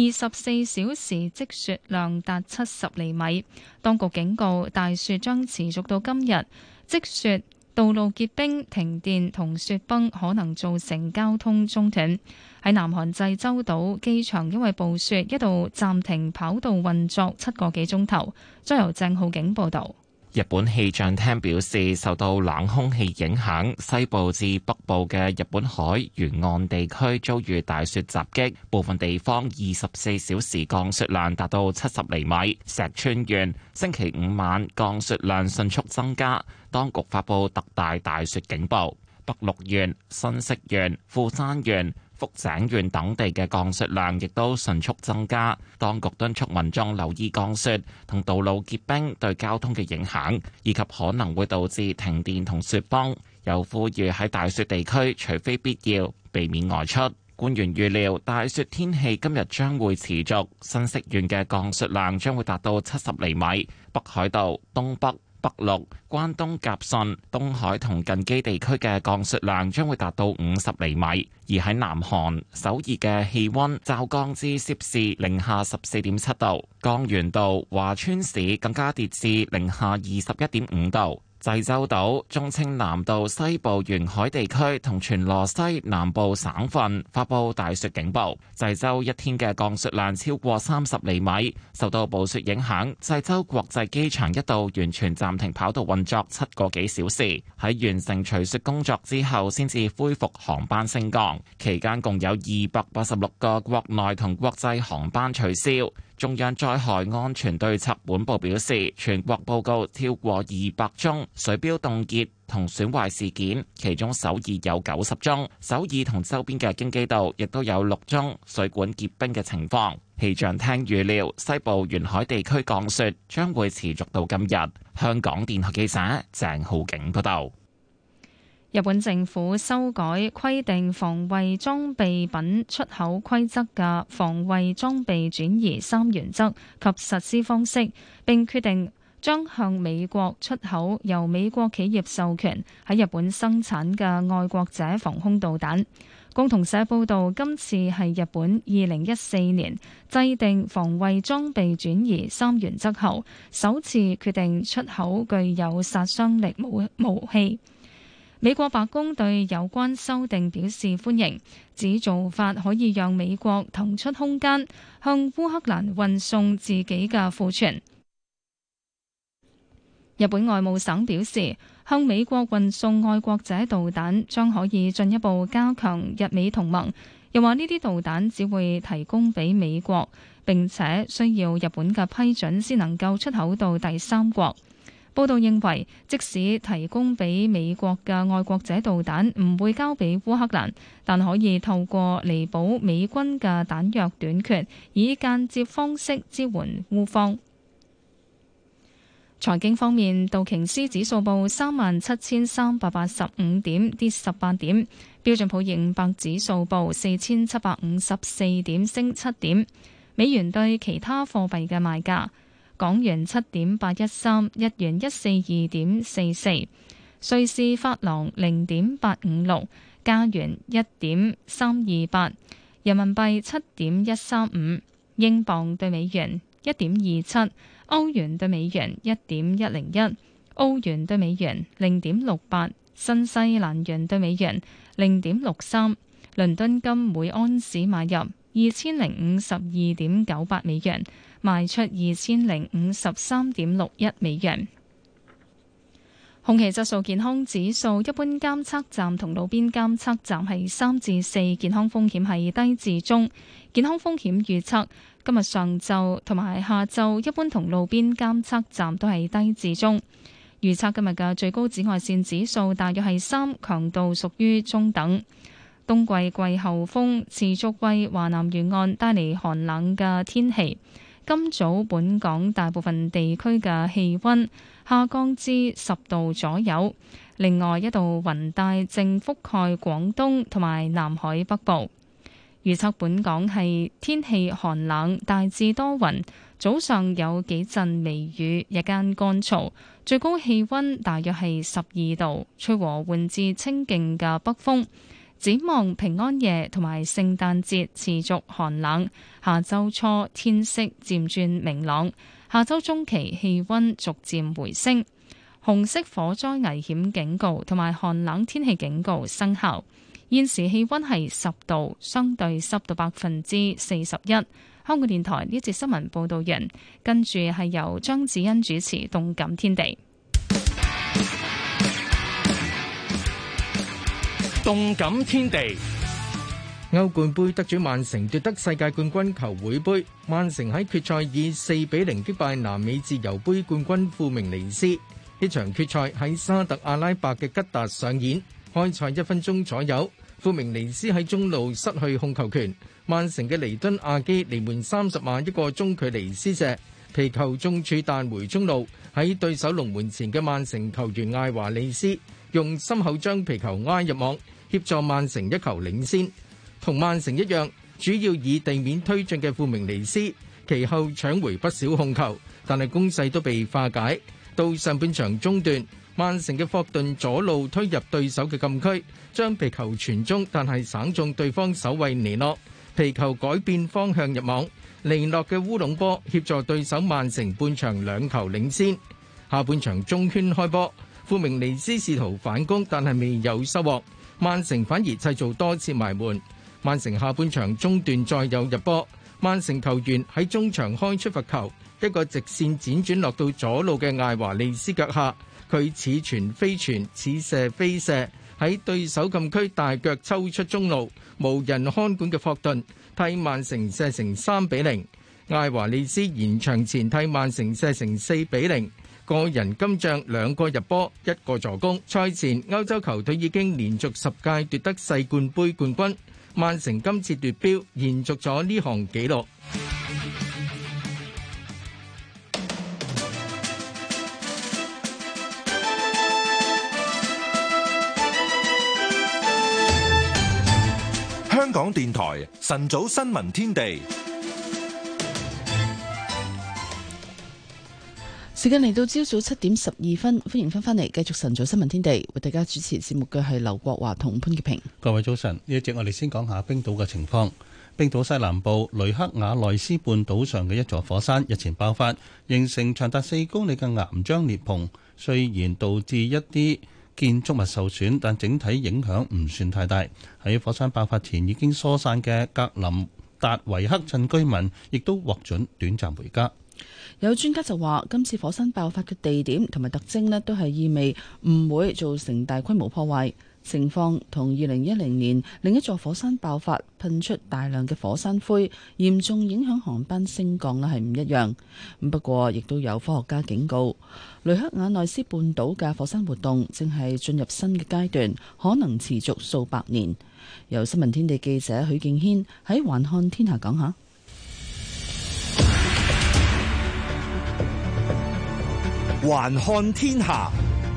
，24小時積雪量達70厘米。當局警告，大雪將持續到今日，積雪、道路結冰、停電同雪崩可能造成交通中斷。喺南韓濟州島機場，因為暴雪一度暫停跑道運作7個幾鐘頭。再由鄭浩景報導。 日本氣象廳表示，受到冷空氣影響，西部至北部嘅日本海沿岸地區遭遇大雪襲擊，部分地方24小時降雪量達到70厘米。石川縣星期5晚降雪量迅速增加，當局發布特大雪警報。北陸縣、新潟縣、富山縣、福井縣等地嘅降雪量亦都迅速增加，當局敦促民眾留意降雪同道路結冰對交通嘅影響，以及可能會導致停電同雪崩。又呼籲喺大雪地區，除非必要，避免外出。官員預料大雪天氣今日將會持續，新潟縣嘅降雪量將會達到70厘米，北海道、東北、北陸、關東甲信、東海同近畿地區嘅降雪量將會達到50厘米，而喺南韓首爾嘅氣溫驟降至攝氏零下14.7度，江原道華川市更加跌至零下21.5度。濟州島、忠清南道西部沿海地區同全羅西南部省份發布大雪警報。濟州一天嘅降雪量超過30厘米，受到暴雪影響，濟州國際機場一度完全暫停跑道運作7個幾小時。喺完成除雪工作之後，先至恢復航班升降。期間共有286個國內同國際航班取消。中央災害安全對策本部表示，全國報告超過200宗水錶凍結同損壞事件，其中首爾有90宗，首爾同周邊嘅京畿道亦都有6宗水管結冰嘅情況。氣象廳預料西部沿海地區降雪將會持續到今日。香港電台記者鄭浩景報道。 日本政府修改規定防衛裝備品出口規則嘅防衛裝備轉移3原則及實施方式，並決定將向美國出口由美國企業授權喺日本生產嘅愛國者防空導彈。共同社報道，今次係日本2014年制定防衛裝備轉移3原則後，首次決定出口具有殺傷力武器。美國白宮對有關修訂表示歡迎，指做法可以讓美國騰出空間，向烏克蘭運送自己嘅庫存。日本外務省表示，向美國運送愛國者導彈將可以進一步加強日美同盟，又話呢啲導彈只會提供俾美國，並且需要日本嘅批准先能夠出口到第三國。報道認為，即使提供俾美國嘅愛國者導彈唔會交俾烏克蘭，但可以透過彌補美軍嘅彈藥短缺，以間接方式支援烏方。財經方面，道瓊斯指數報37,385點，跌18點；標準普爾500指數報4,754點，升7點。美元對其他貨幣嘅賣價。港元7.813，日元142.44，瑞士法郎0.856，加元1.328，人民幣7.135，英鎊對美元1.27，歐元對美元1.101，澳元對美元0.68，新西蘭元對美元0.63。倫敦金每安士買入2052.98美元，賣出2053.61美元。空氣質素健康指數，一般監測站同路邊監測站係3至4，健康風險係低至中。健康風險預測， 今日上晝同埋下晝一般同路邊監測站都係低至中。預測今日嘅最高紫外線指數大約係3，強度屬於中等。冬季季候風持續為華南沿岸帶嚟寒冷嘅天氣。今早本港大部分地區嘅氣溫下降至10度左右。另外一道雲帶正覆蓋廣東同埋南海北部。預測本港係天氣寒冷，大致多雲，早上有幾陣微雨，日間乾燥，最高氣溫大約係12度，吹和緩至清勁嘅北風。展望平安夜同埋聖誕節持續寒冷，下週初天色漸轉明朗，下週中期氣溫逐漸回升。紅色火災危險警告同埋寒冷天氣警告生效。現時氣溫係10度，相對濕度41%。香港電台呢節新聞報道完，跟住係由張子欣主持《動感天地》。 動感天地， 歐冠盃得主曼城奪得世界冠軍球會盃。曼城喺決賽以4-0擊敗南美自由盃冠軍富明尼斯。呢場決賽喺沙特阿拉伯嘅吉達上演。開賽1分鐘左右，富明尼斯喺中路失去控球權，曼城嘅尼敦亞基離門30碼一個中距離施射，皮球中柱彈回中路，喺對手龍門前嘅曼城球員艾華利斯用心口將皮球挨入網，協助曼城一球領先。同曼城一樣，主要以地面推進嘅富明尼斯，其後搶回不少控球，但係攻勢都被化解。到上半場中段，曼城嘅霍頓左路推入對手嘅禁區，將皮球傳中，但係省中對方守衛尼諾，皮球改變方向入網。尼諾嘅烏龍波協助對手曼城半場2球領先。下半場中圈開波，富明尼斯試圖反攻，但係未有收穫，曼城反而製造多次埋門。曼城下半場中段再有入波，曼城球員喺中場開出罰球，一個直線輾轉落到左路嘅艾華利斯腳下，佢似傳非傳，似射非射，喺對手禁區大腳抽出中路，無人看管嘅霍頓替曼城射成3-0。艾華利斯延長前替曼城射成4-0，個人今仗2個入波，1個助攻。賽前歐洲球隊已經連續10屆奪得世冠盃冠軍，曼城今次奪標延續咗呢項紀錄。 香港電台晨早新聞天地， 時間嚟到朝早7點12分，歡迎翻嚟繼續晨早新聞天地，為大家主持節目嘅係劉國華同潘潔平。 各位早晨，呢一節我哋先講下冰島嘅情況。冰島西南部雷克雅內斯半島上嘅一座火山日前爆發，形成長達4公里嘅岩漿裂縫，雖然導致一啲建築物受損，但整體影響唔算太大。喺火山爆發前已經疏散嘅格林達維克鎮居民，亦都獲准短暫回家。 有專家就話，今次火山爆發嘅地點同埋特徵呢，都係意味唔會造成大規模破壞。情況同2010年另一座火山爆發噴出大量嘅火山灰，嚴重影響航班升降呢係唔一樣。不過，亦都有科學家警告，雷克雅內斯半島嘅火山活動正係進入新嘅階段，可能持續數百年。由新聞天地記者許敬軒喺環看天下講下。 環看天下。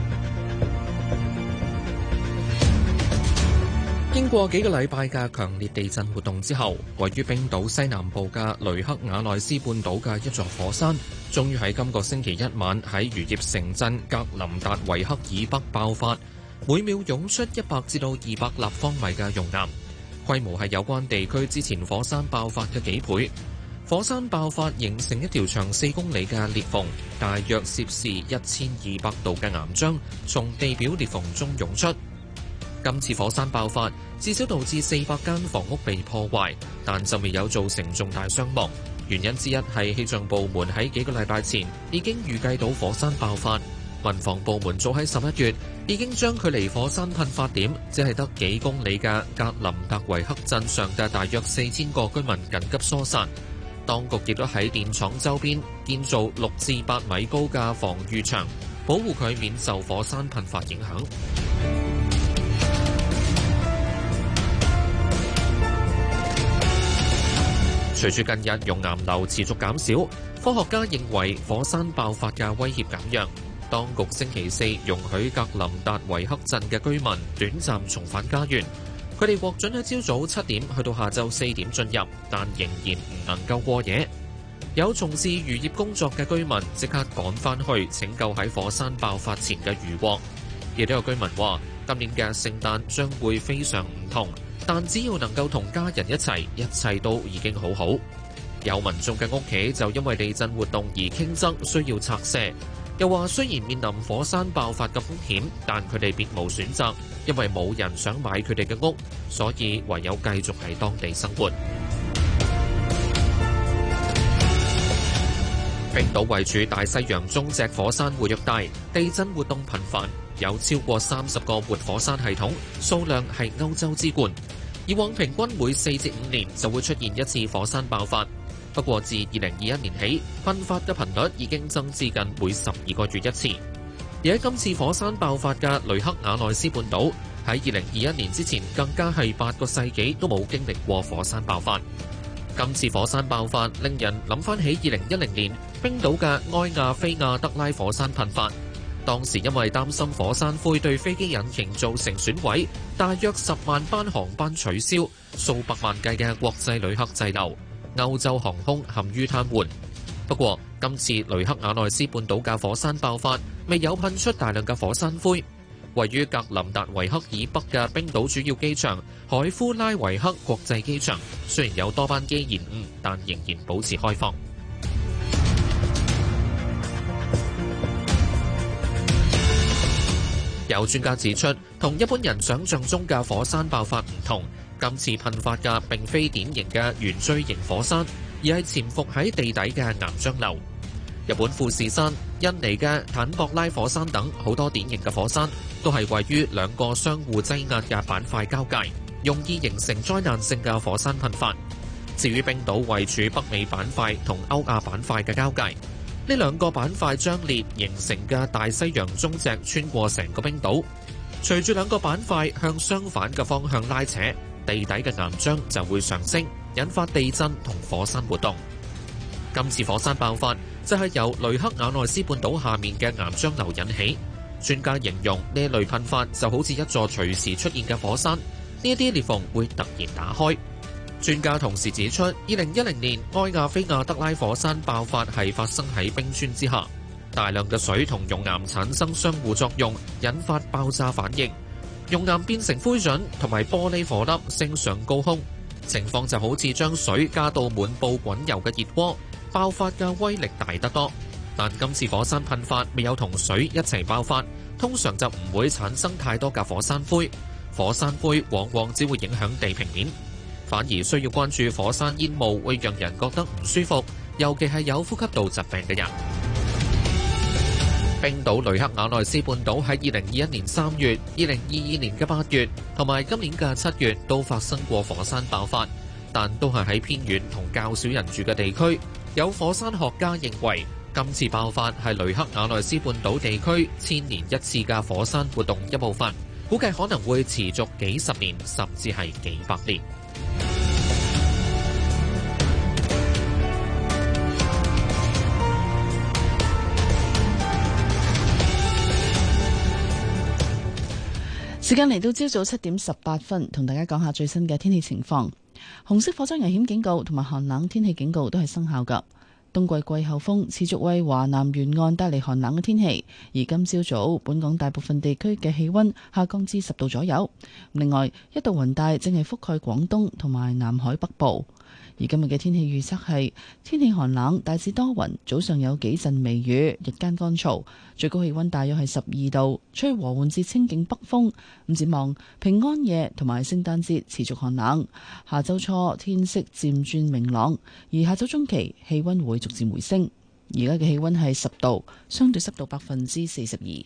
經過幾個禮拜嘅強烈地震活動之後，位於冰島西南部嘅雷克雅內斯半島嘅一座火山，終於喺今個星期一晚喺漁業城鎮格林達維克以北爆發，每秒湧出100至200立方米嘅熔岩，規模係有關地區之前火山爆發嘅幾倍。火山爆發形成一條長4公里嘅裂縫，大約攝氏1200度嘅岩漿從地表裂縫中湧出。今次火山爆發至少導致400間房屋被破壞，但就未有造成重大傷亡。原因之一係氣象部門喺幾個禮拜前已經預計到火山爆發。民防部門早喺11月已經將距離火山噴發點只係得幾公里嘅格林達維克鎮上嘅大約4000個居民緊急疏散。 當局亦都喺電廠周邊建造6至8米高嘅防禦牆，保護佢免受火山噴發影響。隨住近日熔岩流持續減少，科學家認為火山爆發嘅威脅減弱。當局星期四容許格林達維克鎮嘅居民短暫重返家園，佢哋獲准喺朝早7點去到下晝4點進入，但仍然唔能夠過夜。有從事漁業工作嘅居民即刻趕返去拯救喺火山爆發前嘅漁獲。亦都有居民話，今年嘅聖誕將會非常唔同，但只要能夠同家人一齊，一切都已經好好。有民眾嘅屋企就因為地震活動而傾側，需要拆卸。又話雖然面臨火山爆發嘅風險，但佢哋別無選擇，因為冇人想買佢哋嘅屋，所以唯有繼續喺當地生活。冰島位處大西洋中脊火山活躍帶，地震活動頻繁，有超過30個活火山系統，數量係歐洲之冠。以往平均每4至5年就會出現一次火山爆發。不過自2021年起，噴發嘅頻率已經增至近每12個月一次。而喺今次火山爆發嘅雷克雅內斯半島，喺2021年之前更加係8個世紀都冇經歷過火山爆發。今次火山爆發令人諗翻起2010年冰島嘅埃亞菲亞德拉火山噴發，當時因為擔心火山灰對飛機引擎造成損毀，大約10萬班航班取消，數百萬計嘅國際旅客滯留。歐洲航空陷於癱瘓。不過，今次雷克雅內斯半島嘅火山爆發未有噴出大量嘅火山灰。位於格林達維克以北嘅冰島主要機場海夫拉維克國際機場，雖然有多班機延誤，但仍然保持開放。有專家指出，同一般人想象中嘅火山爆發唔同。今次噴發嘅並非典型嘅圓錐形火山，而係潛伏喺地底嘅岩漿流。日本富士山、印尼嘅坦博拉火山等好多典型嘅火山，都係位於兩個相互擠壓嘅板塊交界，容易形成災難性嘅火山噴發。至於冰島位處北美板塊同歐亞板塊嘅交界，呢兩個板塊張裂形成嘅大西洋中脊穿過成個冰島，隨住兩個板塊向相反嘅方向拉扯，地底嘅岩漿就會上升，引發地震同火山活動。今次火山爆發就係由雷克雅內斯半島下面嘅岩漿流引起。專家形容呢類噴發就好似一座隨時出現嘅火山，呢啲裂縫會突然打開。專家同時指出，2010年埃亞菲亞德拉火山爆發係發生喺冰川之下，大量嘅水同熔岩產生相互作用，引發爆炸反應。熔岩變成灰燼同埋玻璃火粒升上高空，情況就好似將水加到滿布滾油嘅熱鍋，爆發嘅威力大得多。但今次火山噴發未有同水一齊爆發，通常就唔會產生太多嘅火山灰。火山灰往往只會影響地平面，反而需要關注火山煙霧會讓人覺得唔舒服，尤其係有呼吸道疾病嘅人。冰島雷克雅內斯半島喺2021年3月、2022年嘅8月同埋今年嘅7月都發生過火山爆發，但都係喺偏遠同較少人住嘅地區。有火山學家認為，今次爆發係雷克雅內斯半島地區1000年一次嘅火山活動一部分，估計可能會持續幾十年，甚至係幾百年。 時間嚟到朝早7點18分，同大家講下最新嘅天氣情況。紅色火災危險警告同埋寒冷天氣警告都係生效㗎。冬季季候風持續為華南沿岸帶嚟寒冷嘅天氣，而今朝早本港大部分地區嘅氣溫下降至10度左右。另外，一道雲帶正係覆蓋廣東同埋南海北部。而今日嘅天氣預測係天氣寒冷，大致多雲，早上有幾陣微雨，日間乾燥，最高氣溫大約係12度，吹和緩至清勁北風。咁展望平安夜同埋聖誕節持續寒冷，下周初天色漸轉明朗，而下周中期氣溫會逐漸回升。而家嘅氣溫係10度，相對濕度42%。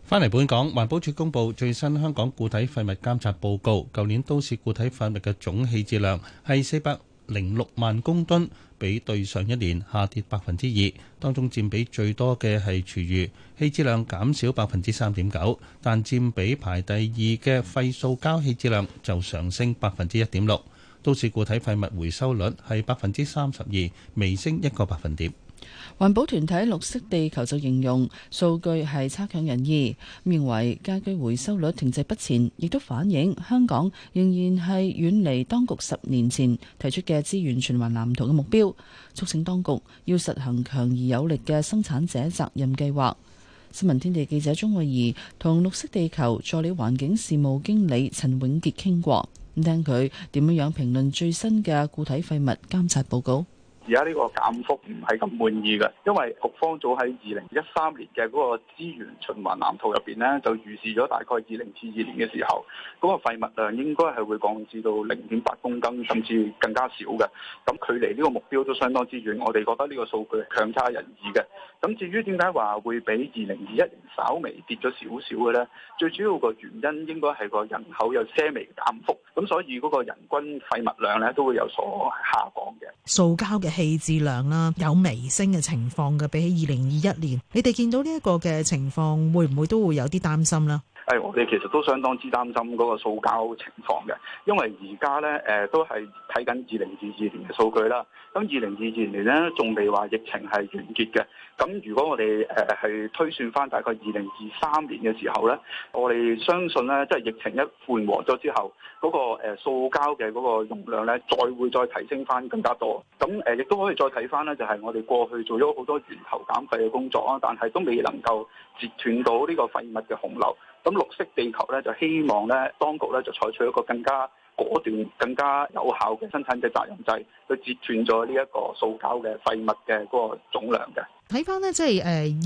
返嚟本港，環保署公布最新香港固體廢物監察報告，舊年都市固體廢物嘅總棄置量係406萬公噸，比對上一年下跌2%。當中佔比最多嘅係廚餘，棄置量減少3.9%，但佔比排第二嘅廢塑膠棄置量就上升1.6%。都市固體廢物回收率係32%，微升1個百分點。 環保團體綠色地球就形容數據係差強人意，認為家居回收率停滯不前，亦都反映香港仍然係遠離當局10年前提出嘅資源循環藍圖嘅目標，促請當局要實行強而有力嘅生產者責任計劃。新聞天地記者鍾慧儀同綠色地球助理環境事務經理陳永傑傾過，咁聽佢點樣評論最新嘅固體廢物監察報告。 而家呢個減幅唔係咁滿意嘅，因為局方早喺2013年嘅嗰個資源循環藍圖入邊呢，就預示咗大概2022年嘅時候，嗰個廢物量應該係會降至到0.8公斤，甚至更加少嘅。咁距離呢個目標都相當之遠，我哋覺得呢個數據係強差人意嘅。咁至於點解話會比2021年稍微跌咗少少嘅呢？最主要個原因應該係個人口有些微減幅，咁所以嗰個人均廢物量呢都會有所下降嘅。 塑膠嘅棄置量啦，有微升嘅情況嘅，比起2021年，你哋見到呢一個嘅情況，會唔會都會有啲擔心呢？ 我哋其實都相當之擔心嗰個塑膠情況嘅，因為而家咧都係睇緊2022年嘅數據啦。咁2022年咧仲未話疫情係完結嘅。咁如果我哋係推算翻大概2023年嘅時候咧，我哋相信咧，即係疫情一緩和咗之後，嗰個塑膠嘅嗰個容量咧，會再提升翻更加多。咁亦都可以再睇翻咧，就係我哋過去做咗好多源頭減廢嘅工作啊，但係都未能夠截斷到呢個廢物嘅洪流。咁綠色地球咧就希望咧，當局咧就採取一個更加果斷、更加有效嘅生產者責任制，去截斷咗呢一個塑膠嘅廢物嘅嗰個總量嘅。 睇翻呢，即係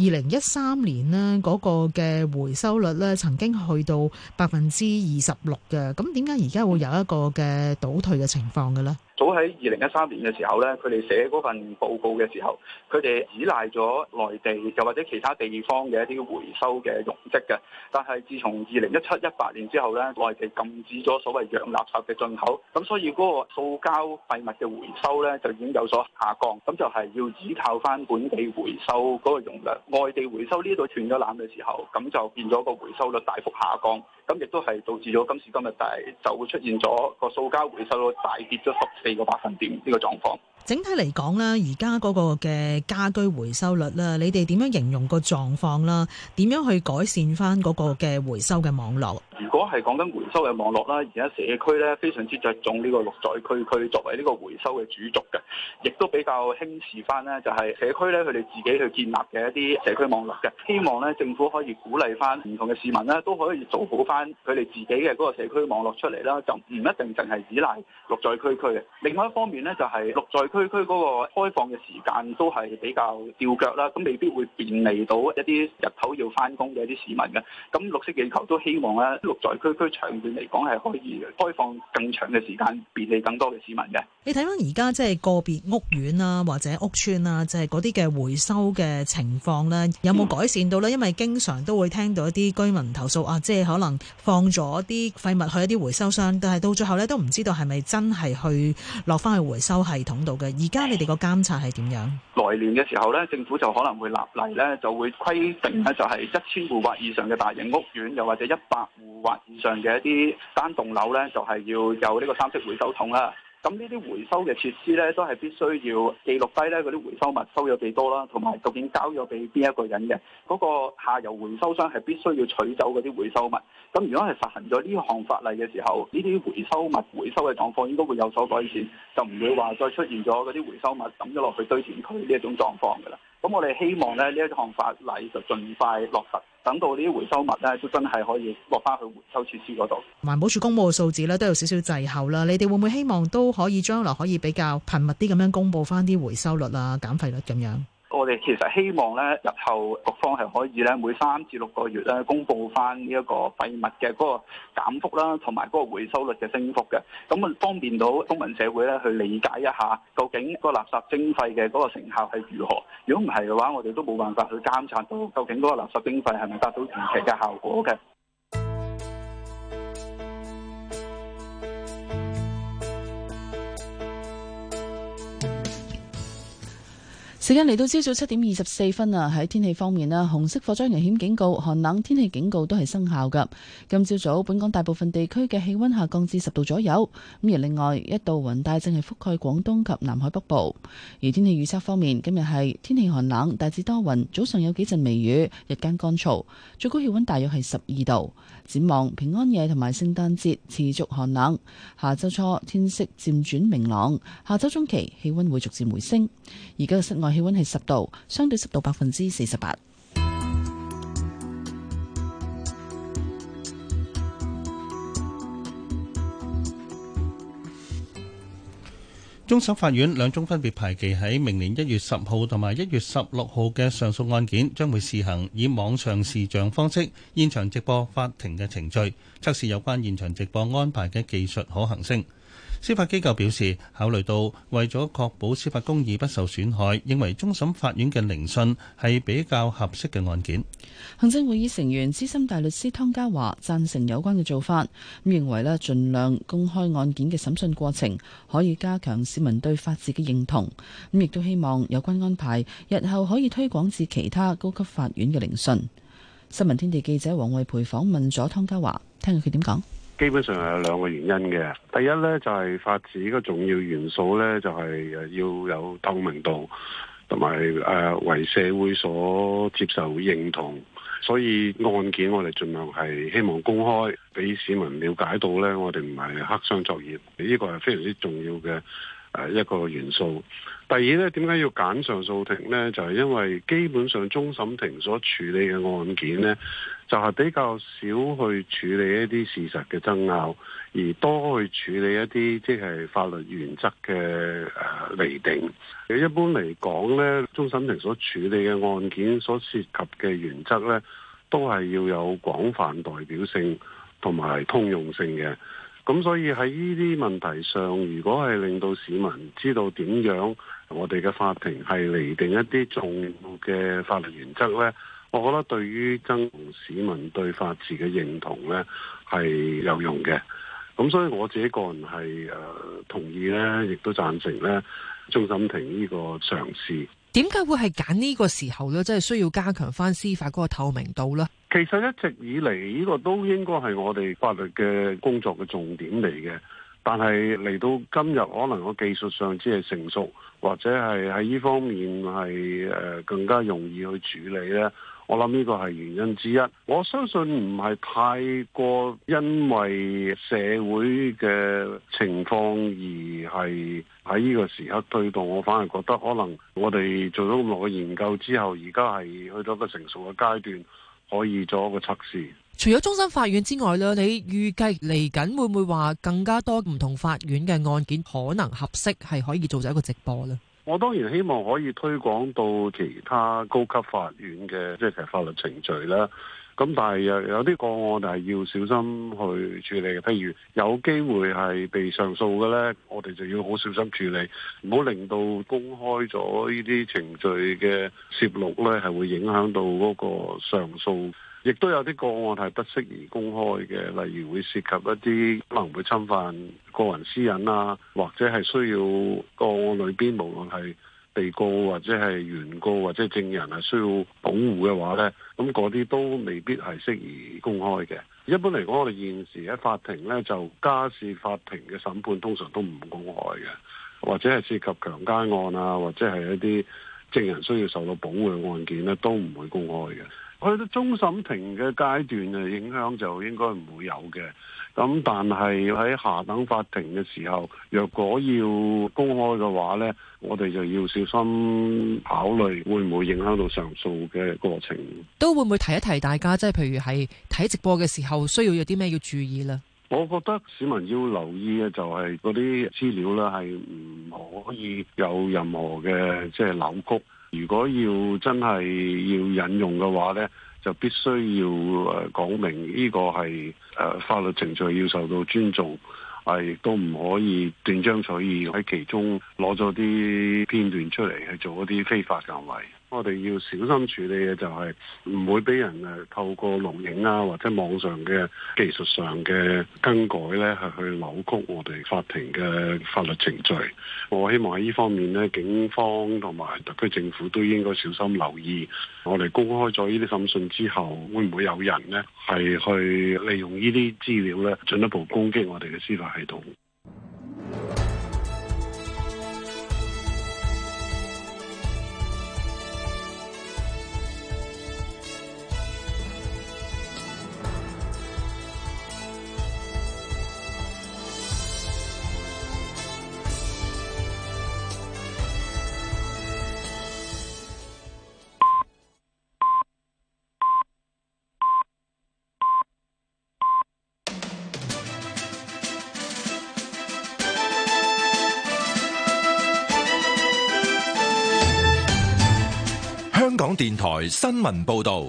2013年呢嗰個嘅回收率咧，曾經去到26%嘅。咁點解而家會有一個嘅倒退嘅情況嘅咧？ 早喺2013年嘅時候咧，佢哋寫嗰份報告嘅時候，佢哋依賴咗內地又或者其他地方嘅一啲回收嘅容積嘅。但係自從2017-18年之後咧，內地禁止咗所謂洋垃圾嘅進口，咁所以嗰個塑膠廢物嘅回收咧就已經有所下降。咁就係要依靠翻本地回收嗰個容量，外地回收呢度斷咗纜嘅時候，咁就變咗個回收率大幅下降。咁亦都係導致咗今時今日就會出現咗個塑膠回收率大跌咗14個百分點呢個狀況。 整體嚟講咧，而家嗰個嘅家居回收率咧，你哋點樣形容個狀況啦？點樣去改善翻嗰個嘅回收嘅網絡？ 如果係講緊回收嘅網絡啦，而家社區咧非常之着重呢個綠在區作為呢個回收嘅主軸嘅，亦都比較輕視翻呢就係社區咧佢哋自己去建立嘅一啲社區網絡嘅。希望咧政府可以鼓勵翻唔同嘅市民咧都可以做好翻佢哋自己嘅嗰個社區網絡出嚟啦，就唔一定淨係依賴綠在區嘅。另外一方面咧就係綠在區嗰個開放嘅時間都係比較吊腳啦，咁未必會便利到一啲日頭要翻工嘅一啲市民嘅。咁綠色地球都希望咧綠在區長遠嚟講係可以開放更長嘅時間，便利更多嘅市民嘅。 你睇翻而家即係個別屋苑啊或者屋邨啊，即係嗰啲嘅回收嘅情況咧，有冇改善到咧？因為經常都會聽到一啲居民投訴啊，即係可能放咗啲廢物去一啲回收箱，但係到最後咧都唔知道係咪真係去落翻去回收系統度嘅。而家你哋個監察係點樣？ 來年嘅時候咧，政府就可能會立例咧，就會規定咧，就係1000戶或以上嘅大型屋苑，又或者100戶或以上嘅一啲單棟樓咧，就係要有呢個3色回收桶啦。咁呢啲回收嘅設施咧，都係必須要記錄低咧嗰啲回收物收咗幾多啦，同埋究竟交咗俾邊一個人嘅。嗰個下游回收商係必須要取走嗰啲回收物。咁如果係實行咗呢項法例嘅時候，呢啲回收物回收嘅狀況應該會有所改善，就唔會話再出現咗嗰啲回收物抌咗落去堆填區呢一種狀況㗎啦。咁我哋希望咧呢一項法例就盡快落實，等到呢啲回收物咧都真係可以落翻去回收設施嗰度。 環保署公布嘅數字咧都有少少滯後啦，你哋會唔會希望都可以將來可以比較頻密啲咁樣公佈翻啲回收率啊、減廢率咁樣？ 我我哋其實希望咧，日後局方係可以咧每3至6個月咧公佈翻呢一個廢物嘅嗰個減幅啦，同埋嗰個回收率嘅升幅嘅，咁啊方便到公民社會咧去理解一下究竟個垃圾徵費嘅嗰個成效係如何。如果唔係嘅話，我哋都冇辦法去監察到究竟嗰個垃圾徵費係咪達到預期嘅效果嘅。 時間嚟到朝早7:24啊！喺天氣方面啦，紅色火災危險警告、寒冷天氣警告都係生效㗎。今朝早本港大部分地區嘅氣溫下降至10度左右。咁而另外一道雲帶正係覆蓋廣東及南海北部。而天氣預測方面，今日係天氣寒冷，大致多雲，早上有幾陣微雨，日間乾燥，最高氣溫大約係12度。展望平安夜同埋聖誕節持續寒冷，下周初天色漸轉明朗，下周中期氣溫會逐漸回升。而家嘅室外氣溫係10度，相對濕度48%。 終審法院兩宗分別排期喺明年1月10號同埋1月16號嘅上訴案件，將會試行以網上視像方式現場直播法庭嘅程序，測試有關現場直播安排嘅技術可行性。司法機構表示，考慮到為咗確保司法公義不受損害，認為終審法院嘅聆訊係比較合適嘅案件。 行政會議成員資深大律師湯家驊贊成有關嘅做法，咁認為咧盡量公開案件嘅審訊過程，可以加強市民對法治嘅認同。咁亦都希望有關安排日後可以推廣至其他高級法院嘅聆訊。新聞天地記者黃慧培訪問咗湯家驊，聽下佢點講。 基本上係有兩個原因嘅。第一呢，就係法治個重要元素呢，就係要有透明度，同埋為社會所接受認同。所以案件我哋盡量係希望公開，俾市民了解到呢，我哋唔係黑箱作業，呢個係非常之重要嘅一個元素。第二呢，點解要揀上訴庭呢？就係因為基本上終審庭所處理嘅案件呢，就係比較少去處理一啲事實嘅爭拗，而多去處理一啲即係法律原則嘅釐定。一般嚟講呢，終審庭所處理嘅案件所涉及嘅原則呢，都係要有廣泛代表性同埋通用性嘅。咁所以喺呢啲問題上，如果係令到市民知道點樣我哋嘅法庭係釐定一啲重要嘅法律原則呢，我覺得對於增強市民對法治嘅認同呢係有用嘅。咁所以我自己個人係同意呢，亦都贊成呢終審庭呢個嘗試。 點解會係揀呢個時候呢？即係需要加強翻司法嗰個透明度呢？ 其實一直以嚟呢個都應該係我哋法律嘅工作嘅重點嚟嘅，但係嚟到今日可能個技術上只係成熟，或者係喺呢方面係更加容易去處理呢。我諗呢個係原因之一。我相信唔係太過因為社會嘅情況而係喺呢個時刻推動，我反而覺得可能我哋做咗咁耐嘅研究之後，而家係去到一個成熟嘅階段，可以做一個測試。 除咗終審法院之外咧，你預計嚟緊會唔會話更加多唔同法院嘅案件可能合適係可以做咗一個直播呢？ 我當然希望可以推廣到其他高級法院嘅即係法律程序啦。咁但係有啲個案係要小心去處理嘅，譬如有機會係被上訴嘅呢，我哋就要好小心處理，唔好令到公開咗呢啲程序嘅攝錄呢，係會影響到嗰個上訴。亦都有啲個案係不適宜公開嘅，例如會涉及一啲可能會侵犯個人私隱啊，或者係需要個案裏邊無論係被告或者係原告或者證人係需要保護嘅話呢，咁嗰啲都未必係適宜公開嘅。一般嚟講，我哋現時喺法庭呢，就家事法庭嘅審判通常都唔公開嘅，或者係涉及強姦案啊，或者係一啲證人需要受到保護嘅案件呢，都唔會公開嘅。去到終審庭嘅階段嘅影響就應該唔會有嘅，咁但係喺下等法庭嘅時候，若果要公開嘅話呢，我哋就要小心考慮會唔會影響到上訴嘅過程。 都會唔會提一提大家，即係譬如係睇直播嘅時候，需要有啲咩要注意呢？ 我覺得市民要留意嘅就係嗰啲資料呢，係唔可以有任何嘅即係扭曲。 如果要真係要引用嘅話呢，就必須要講明呢個係法律程序要受到尊重，亦都唔可以斷章取義喺其中攞咗啲片段出嚟去做一啲非法行為。我哋要小心處理嘅就係唔會俾人透過錄影啊或者網上嘅技術上嘅更改呢，係去扭曲我哋法庭嘅法律程序。我希望喺呢方面呢，警方同埋特區政府都應該小心留意。我哋公開咗呢啲審訊之後，會唔會有人呢係去利用呢啲資料呢進一步攻擊我哋嘅司法系統？ 香港電台新聞報道，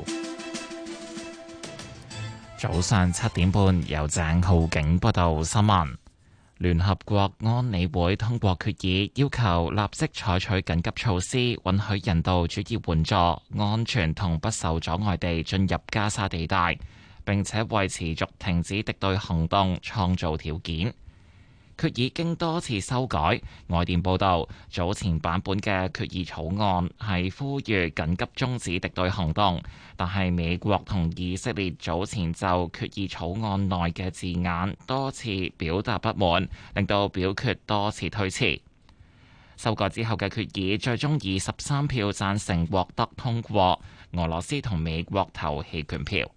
早上7點半由鄭浩景報道新聞。聯合國安理會通過決議，要求立即採取緊急措施，允許人道主義援助安全同不受阻礙地進入加沙地帶，並且為持續停止敵對行動創造條件。決議經多次修改，外電報道，早前版本嘅決議草案係呼籲緊急終止敵對行動，但係美國同以色列早前就決議草案內嘅字眼多次表達不滿，令到表決多次推遲。修改之後嘅決議最終以13票贊成獲得通過，俄羅斯同美國投棄權票。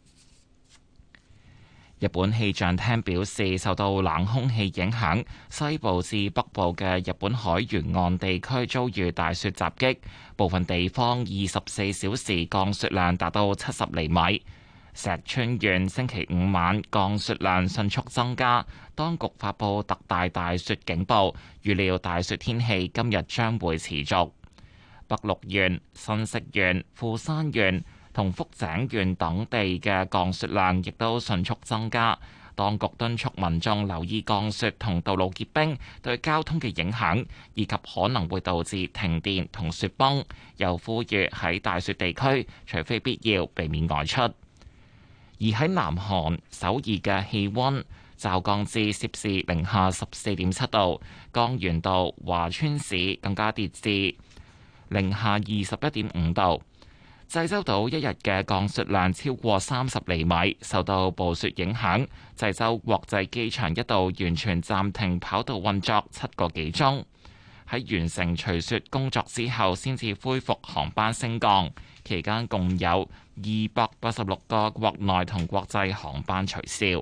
日本氣象廳表示，受到冷空氣影響，西部至北部嘅日本海沿岸地區遭遇大雪襲擊，部分地方24小時降雪量達到70厘米。石川縣星期五晚降雪量迅速增加，當局發布特大大雪警報，預料大雪天氣今日將會持續。北陸縣、新潟縣、富山縣同福井縣等地嘅降雪量亦都迅速增加，當局敦促民眾留意降雪同道路結冰對交通嘅影響，以及可能會導致停電同雪崩，又呼籲喺大雪地區，除非必要，避免外出。而喺南韓首爾嘅氣溫驟降至攝氏零下14.7度，江原道華川市更加跌至零下21.5度。濟州島一日嘅降雪量超過30厘米，受到暴雪影響，濟州國際機場一度完全暫停跑道運作7個幾鐘。喺完成除雪工作之後，先至恢復航班升降。期間共有286個國內同國際航班取消。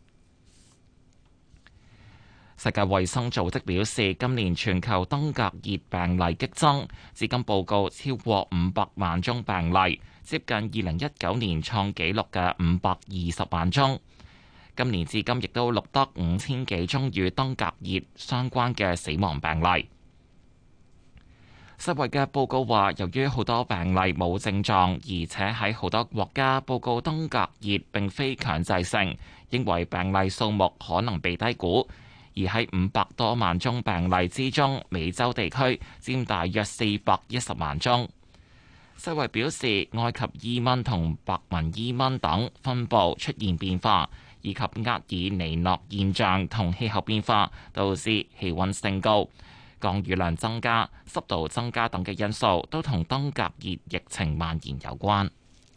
世界衛生組織表示，今年全球登革熱病例激增，至今報告超過500萬宗病例，接近2019年創紀錄嘅520萬宗。今年至今亦都錄得5000幾宗與登革熱相關嘅死亡病例。世衛嘅報告話，由於好多病例冇症狀，而且喺好多國家報告登革熱並非強制性，認為病例數目可能被低估。而喺500多萬宗病例之中，美洲地區佔大約410萬宗。世衛表示，埃及伊蚊同白紋伊蚊等分佈出現變化，以及厄爾尼諾現象同氣候變化導致氣溫升高、降雨量增加、濕度增加等嘅因素，都同登革熱疫情蔓延有關。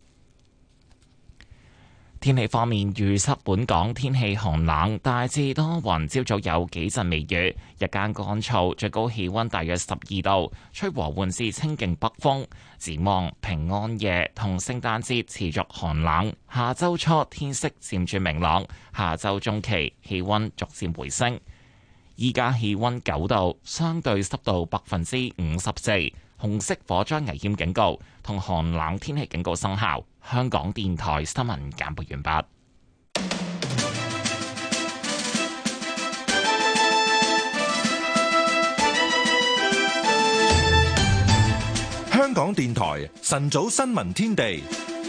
天氣方面，預測本港天氣寒冷，大致多雲，朝早有幾陣微雨，日間乾燥，最高氣溫大約12度，吹和緩至清勁北風。展望平安夜同聖誕節持續寒冷，下周初天色漸轉明朗，下周中期氣溫逐漸回升。依家氣溫9度，相對濕度54%，紅色火災危險警告同寒冷天氣警告生效。香港電台新聞簡報完畢。 香港電台晨早新聞天地。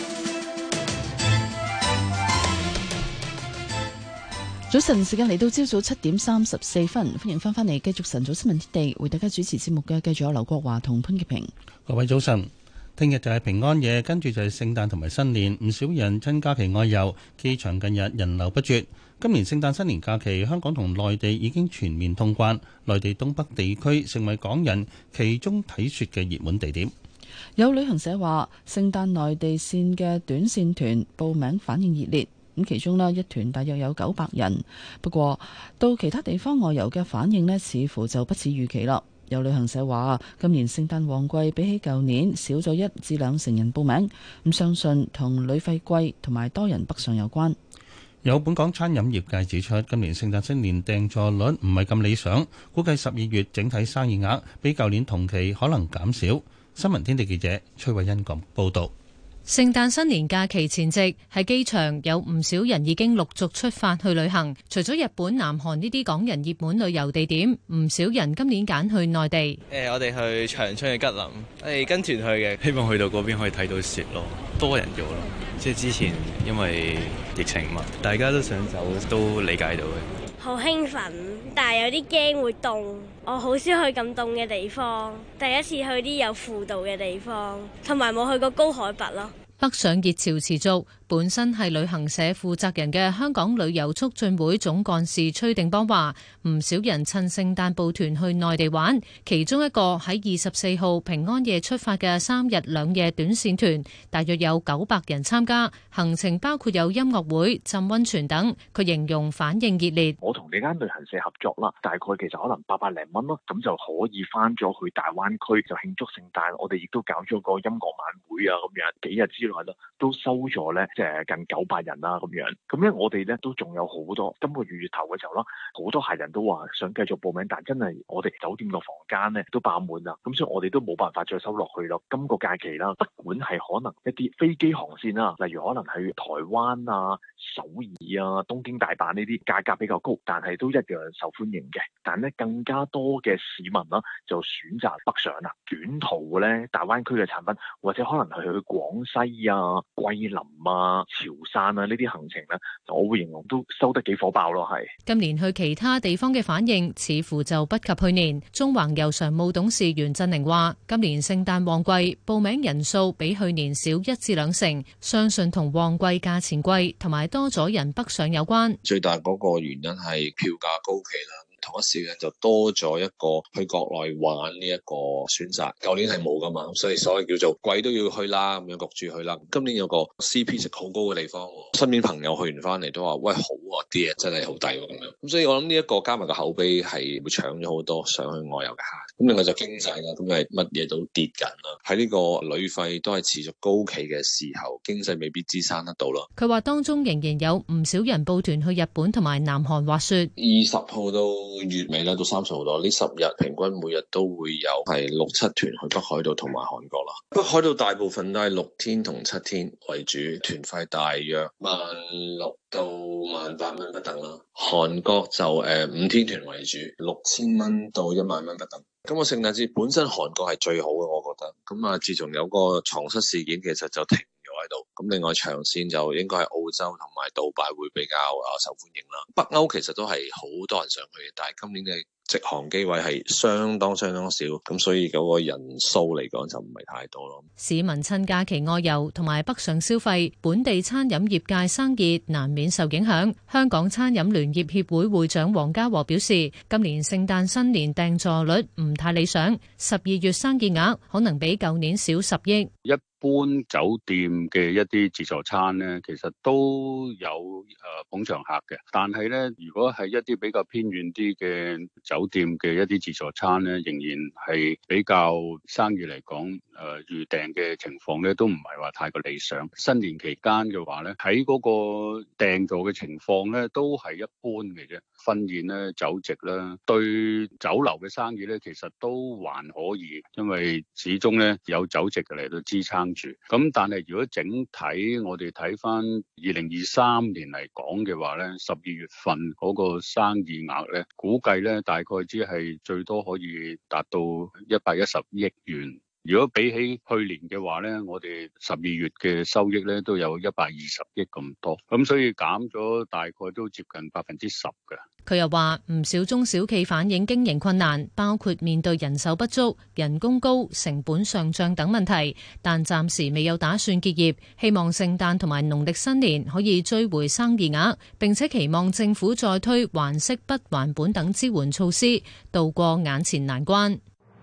早晨時間嚟到朝早7:34，歡迎翻嚟繼續晨早新聞天地，為大家主持節目嘅繼續有劉國華同潘潔平。 各位早晨，聽日就係平安夜，跟住就係聖誕同埋新年，唔少人趁假期外遊，機場近日人流不絕。今年聖誕新年假期，香港同內地已經全面通關，內地東北地區成為港人其中睇雪嘅熱門地點。 有旅行社話，聖誕內地線嘅短線團報名反應熱烈。咁其中呢，一團大約有900人，不過到其他地方外遊嘅反應呢，似乎就不似預期啦。有旅行社話，今年聖誕旺季比起舊年少咗1至2成人報名，咁相信同旅費貴同埋多人北上有關。 有本港餐飲業界指出，今年聖誕新年訂座率唔係咁理想，估計12月整體生意額比舊年同期可能減少。新聞天地記者崔慧欣講報導。 聖誕新年假期前夕，喺機場有唔少人已經陸續出發去旅行。除咗日本、南韓呢啲港人熱門旅遊地點，唔少人今年揀去內地。 我哋去長春嘅吉林，我哋跟團去嘅，希望去到嗰邊可以睇到雪咯，多人咗咯。即係之前因為疫情嘛，大家都想走，都理解到嘅。 好興奮，但係有啲驚會凍。我好少去咁凍嘅地方，第一次去啲有負度嘅地方，同埋冇去過高海拔咯。 北上熱潮持續，本身係旅行社負責人嘅香港旅遊促進會總幹事崔定邦話，唔少人趁聖誕報團去內地玩，其中一個喺24號平安夜出發嘅3日2夜短線團，大約有900人參加，行程包括有音樂會、浸溫泉等。佢形容反應熱烈。 我同你間旅行社合作啦，大概其實可能800零蚊咯，咁就可以翻咗去大灣區就慶祝聖誕。我哋亦都搞咗個音樂晚會啊，咁樣幾日之內都收咗咧，即係近900人啦咁樣。咁咧我哋咧都仲有好多，今個月頭嘅時候啦，好多客人都話想繼續報名，但真係我哋酒店個房間咧都爆滿啦，咁所以我哋都冇辦法再收落去咯。今個假期啦，不管係可能一啲飛機航線啦，例如可能去台灣啊、首爾啊、東京、大阪呢啲價格比較高，但係都一樣受歡迎嘅。但咧更加多嘅市民啦就選擇北上啦，短途咧大灣區嘅產品，或者可能係去廣西啊、桂林啊、潮汕啊呢啲行程咧，我會形容都收得幾火爆咯。係今年去其他地方嘅反應似乎就不及去年。中環遊常務董事袁振寧話，今年聖誕旺季報名人數比去年少1至2成，相信同旺季價錢貴同埋多咗人北上有關。 最大嗰個原因係票價高企啦。同一時間就多咗一個去國內玩呢一個選擇，舊年係冇噶嘛，所以所謂叫做貴都要去啦，咁樣焗住去啦。今年有個 CP 值好高嘅地方，身邊朋友去完翻嚟都話：喂，好啊，啲嘢真係好抵喎咁樣。咁所以我諗呢一個加埋個口碑係會搶咗好多想去外遊嘅客。咁另外就經濟啦，咁係乜嘢都跌緊啦。喺呢個旅費都係持續高企嘅時候，經濟未必支撐得到咯。 佢話當中仍然有唔少人報團去日本同埋南韓滑雪。 20號到月尾咧到30號多，呢10日平均每日都會有係6、7團去北海道同埋韓國啦。北海道大部分都係6天同7天為主，團費大約16,000到18,000蚊不等啦。韓國就5天團為主，6000蚊到1萬蚊不等。今個聖誕節本身韓國係最好嘅，我覺得。咁啊，自從有個床蝨事件，其實就停咗喺度。咁另外長線就應該係澳洲同埋杜拜會比較受歡迎啦。北歐其實都係好多人上去嘅，但係今年嘅直航機位係相當少，咁所以嗰個人數嚟講就唔係太多咯。 市民趁假期外遊同埋北上消費，本地餐飲業界生意難免受影響。香港餐飲聯業協會會長黃家和表示，今年聖誕新年訂座率唔太理想，12月生意額可能比舊年少10億。 一般酒店嘅一啲自助餐呢，其實都有捧場客嘅，但係呢，如果係一啲比較偏遠啲嘅酒店嘅一啲自助餐呢，仍然係比較生意嚟講，預訂嘅情況呢都唔係話太過理想。新年期間嘅話呢，喺嗰個訂座嘅情況呢都係一般嘅啫。婚宴咧、酒席啦，對酒樓嘅生意咧，其實都還可以，因為始終咧有酒席嚟到支撐住。咁但係如果整體我哋睇翻2023年嚟講嘅話咧，12月份嗰個生意額咧，估計咧大概只係最多可以達到110億元。 如果比起去年嘅話咧，我哋12月嘅收益咧都有120億咁多，咁所以減咗大概都接近10%嘅。 佢又話唔少中小企反映經營困難，包括面對人手不足、人工高、成本上漲等問題，但暫時未有打算結業，希望聖誕同埋農曆新年可以追回生意額，並且期望政府再推還息不還本等支援措施，渡過眼前難關。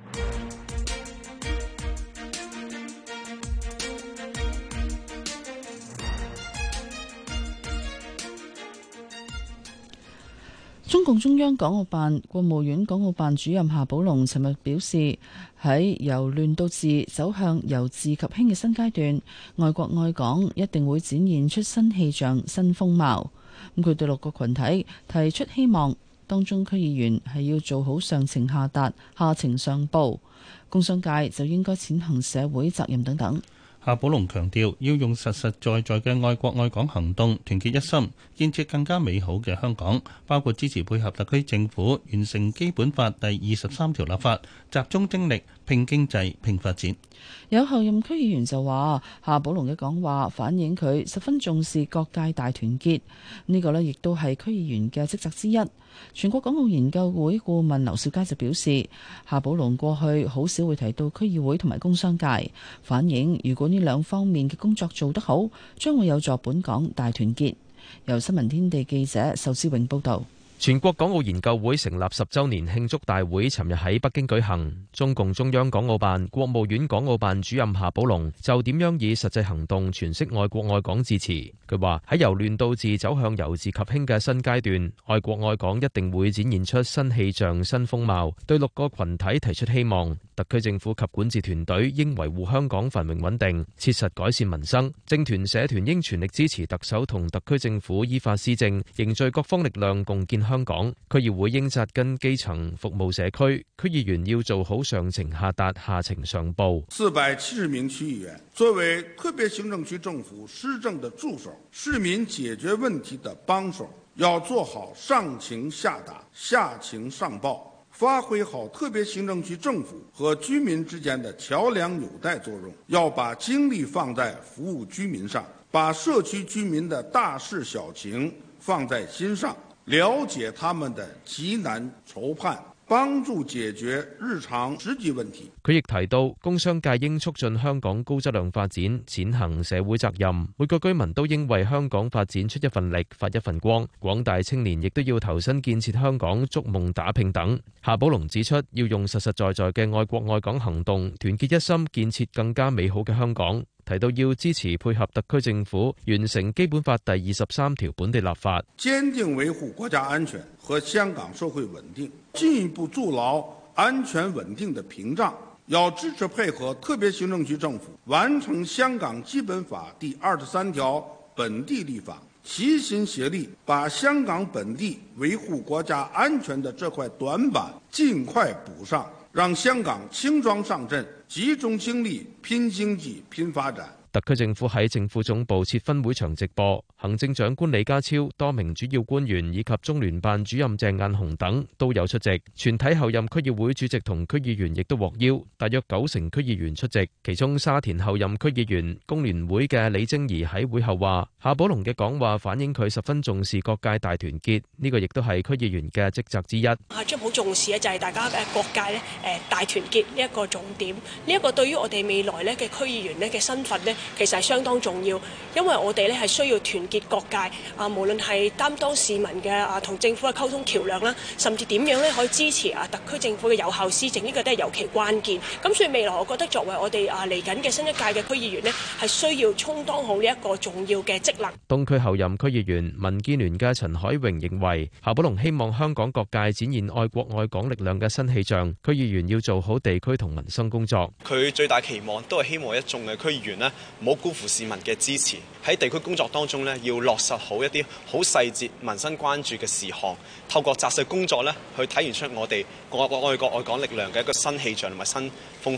中共中央港澳辦、國務院港澳辦主任夏寶龍尋日表示，喺由亂到治走向由治及興嘅新階段，愛國愛港一定會展現出新氣象、新風貌。咁佢對6個群體提出希望，當中區議員係要做好上情下達、下情上報，工商界就應該踐行社會責任等等。 夏寶龍強調，要用實實在在嘅愛國愛港行動，團結一心，建設更加美好嘅香港，包括支持配合特區政府完成基本法第23條立法，集中精力拼經濟、拼發展。 有候任區議員就話，夏寶龍嘅講話反映佢十分重視各界大團結，呢個呢亦都係區議員嘅職責之一。全國港澳研究會顧問劉兆佳就表示，夏寶龍過去好少會提到區議會同埋工商界，反映如果呢兩方面嘅工作做得好，將會有助本港大團結。由新聞天地記者仇志榮報導。 全國港澳研究會成立10週年慶祝大會尋日喺北京舉行，中共中央港澳辦、國務院港澳辦主任夏寶龍就點樣以實際行動詮釋愛國愛港致辭。佢話喺由亂到治走向由治及興嘅新階段，愛國愛港一定會展現出新氣象、新風貌，對6個群體提出希望。特區政府及管治團隊應維護香港繁榮穩定，切實改善民生。政團社團應全力支持特首同特區政府依法施政，凝聚各方力量共建香港。區議會應紮根基層，服務社區。區議員要做好上情下達、下情上報。 470名區議員作為特別行政區政府施政的助手，市民解決問題的幫手，要做好上情下達、下情上報，發揮好特別行政區政府和居民之間的橋樑紐帶作用，要把精力放在服務居民上，把社區居民的大事小情放在心上，了解他們的急難愁盼，幫助解決日常實際問題。 佢亦提到，工商界應促進香港高質量發展，踐行社會責任。每個居民都應為香港發展出一份力、發一份光。廣大青年亦都要投身建設香港，築夢打拼等。夏寶龍指出，要用實實在在嘅愛國愛港行動，團結一心，建設更加美好嘅香港。提到要支持配合特區政府完成基本法第23條本地立法， 堅定維護國家安全和香港社會穩定，進一步築牢安全穩定的屏障。要支持配合特別行政區政府完成香港基本法第23條本地立法，齊心協力把香港本地維護國家安全的這塊短板盡快補上，讓香港輕裝上陣，集中精力拼經濟、拼發展。 特區政府喺政府總部設分會場直播，行政長官李家超、多名主要官員以及中聯辦主任鄭雁雄等都有出席。全體候任區議會主席同區議員亦都獲邀，大約90%區議員出席。其中沙田候任區議員工聯會嘅李貞儀喺會後話：夏寶龍嘅講話反映佢十分重視各界大團結，呢個亦都係區議員嘅職責之一。 阿張好重視嘅就係大家嘅各界咧大團結呢一個重點，呢一個對於我哋未來咧嘅區議員咧嘅身份咧，其實係相當重要，因為我哋咧係需要團結各界無論係擔當市民嘅同政府嘅溝通橋梁啦，甚至點樣咧可以支持特區政府嘅有效施政，呢個都係尤其關鍵。咁所以未來我覺得作為我哋嚟緊嘅新一屆嘅區議員咧，係需要充當好呢一個重要嘅職能。 東區候任區議員民建聯嘅陳海榮認為，夏寶龍希望香港各界展現愛國愛港力量嘅新氣象，區議員要做好地區同民生工作。 佢最大期望都係希望一眾嘅區議員咧，唔好辜負市民嘅支持，喺地區工作當中咧，要落實好一啲好細節民生關注嘅事項，透過紮實工作咧，去體現出我哋愛國愛港力量嘅一個新氣象同埋新風範。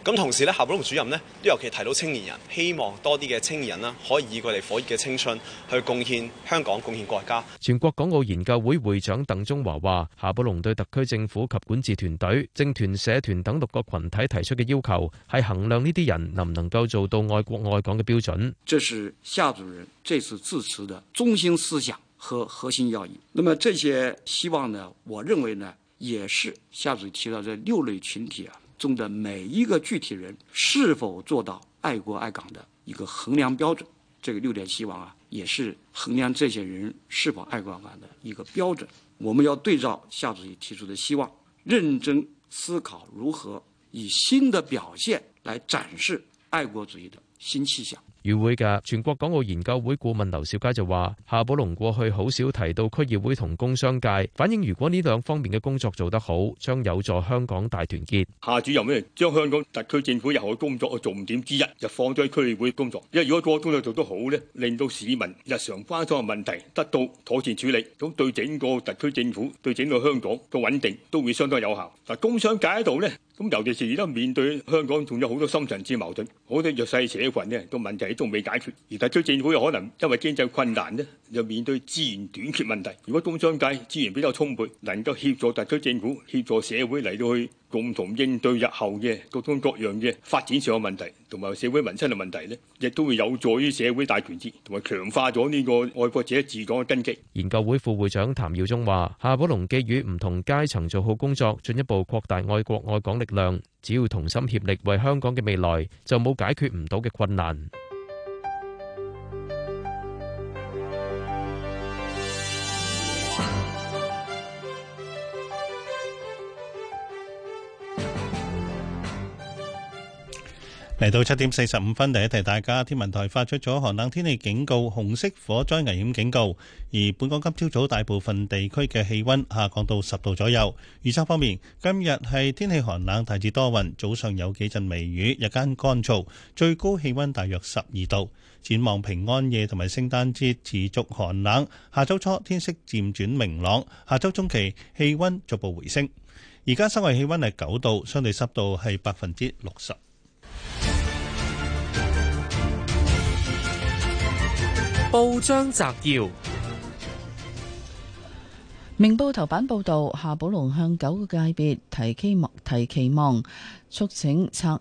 咁同時咧，夏寶龍主任呢都尤其提到青年人，希望多啲嘅青年人啦，可以以佢哋火熱嘅青春去貢獻香港、貢獻國家。 全國港澳研究會會長鄧中華話：夏寶龍對特區政府及管治團隊、政團、社團等6個群體提出嘅要求，係衡量呢啲人能唔能夠做到愛國愛港嘅標準。 這是夏主任這次致辭的中心思想和核心要義。那麼這些希望呢，我認為呢，也是夏主任提到這6類群體中的每一個具體人是否做到愛國愛港的一個衡量標準。這個6點希望也是衡量這些人是否愛國愛港的一個標準。我們要對照夏主席提出的希望，認真思考如何以新的表現來展示愛國主義的新氣象。 與會嘅全國港澳研究會顧問劉兆佳就話：夏寶龍過去好少提到區議會同工商界，反映如果呢2方面嘅工作做得好，將有助香港大團結。 夏主任呢，將香港特區政府日後嘅工作嘅重點之一就放咗喺區議會工作，因為如果個工作做得好呢，令到市民日常關心嘅問題得到妥善處理，咁對整個特區政府、對整個香港嘅穩定都會相當有效。嗱，工商界喺度呢，咁尤其是而家面對香港仲有好多深層次矛盾，好多弱勢社群呢個問題仲未解決，而特區政府又可能因為經濟困難呢，又面對資源短缺問題。如果工商界資源比較充沛，能夠協助特區政府、協助社會嚟到去共同應對日後嘅各種各樣嘅發展上嘅問題，同埋社會民生嘅問題呢，亦都會有助於社會大團結，同埋強化咗呢個愛國者治港嘅根基。 研究會副會長譚耀宗話：夏寶龍寄語唔同階層做好工作，進一步擴大愛國愛港力量，只要同心協力為香港嘅未來，就冇解決唔到嘅困難。 嚟到7點45分，第一題大家，天文台發出咗寒冷天氣警告、紅色火災危險警告，而本港今朝早大部分地區嘅氣溫下降到10度左右。預測方面，今日係天氣寒冷，大致多雲，早上有幾陣微雨，日間乾燥，最高氣溫大約12度。展望平安夜同埋聖誕節持續寒冷，下周初天色漸轉明朗，下周中期氣溫逐步回升。而家室外氣溫係9度，相對濕度係60%。 報章摘要： 明報頭版報道，夏寶龍向9個界別提期望，促請撐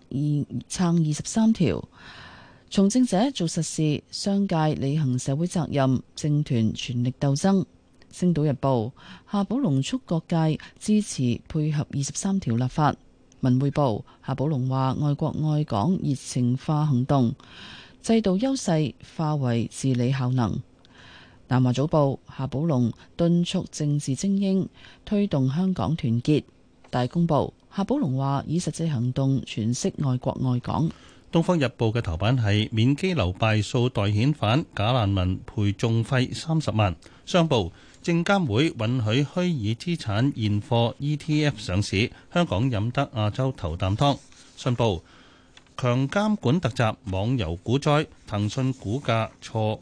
23條。從政者做實事，商界履行社會責任，政團全力鬥爭。星島日報：夏寶龍促各界支持配合23條立法。文匯報：夏寶龍話愛國愛港熱情化行動，制度優勢化為治理效能。南華早報：夏寶龍敦促政治精英推動香港團結。大公報：夏寶龍話以實際行動詮釋愛國愛港。 東方日報嘅頭版係免羈留敗訴代遣返假難民賠訟費30萬。商報：證監會允許虛擬資產現貨 ETF 上市，香港飲得亞洲頭啖湯。信報：強監管突襲，網遊股災，騰訊股價挫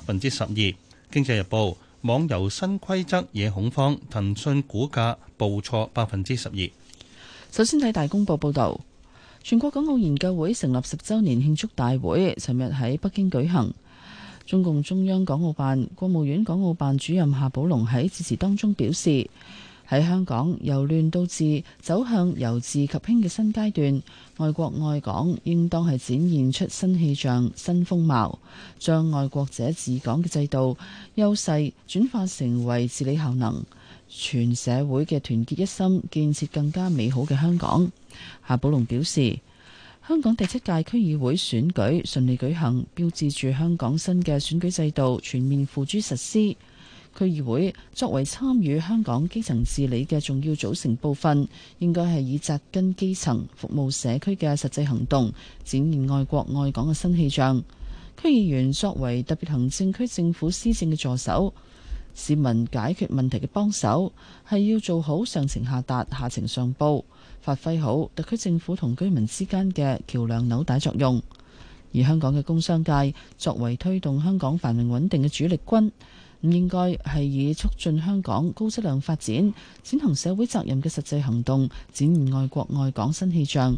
12%。經濟日報：網遊新規則惹恐慌，騰訊股價暴挫12%。 首先睇大公報報導，全國港澳研究會成立10週年慶祝大會，尋日喺北京舉行。中共中央港澳辦、國務院港澳辦主任夏寶龍喺致辭當中表示，喺香港由亂到治走向由治及興嘅新階段，愛國愛港應當係展現出新氣象、新風貌，將愛國者治港嘅制度優勢轉化成為治理效能，全社會嘅團結一心，建設更加美好嘅香港。夏寶龍表示，香港第7屆區議會選舉順利舉行，標誌住香港新嘅選舉制度全面付諸實施。區議會作為參與香港基層治理嘅重要組成部分，應該係以紮根基層、服務社區嘅實際行動，展現愛國愛港嘅新氣象。區議員作為特別行政區政府施政嘅助手，市民解決問題嘅幫手，係要做好上情下達、下情上報，發揮好特區政府同居民之間嘅橋梁紐帶作用。而香港嘅工商界作為推動香港繁榮穩定嘅主力軍，唔應該係以促進香港高質量發展、踐行社會責任嘅實際行動，展現愛國愛港新氣象。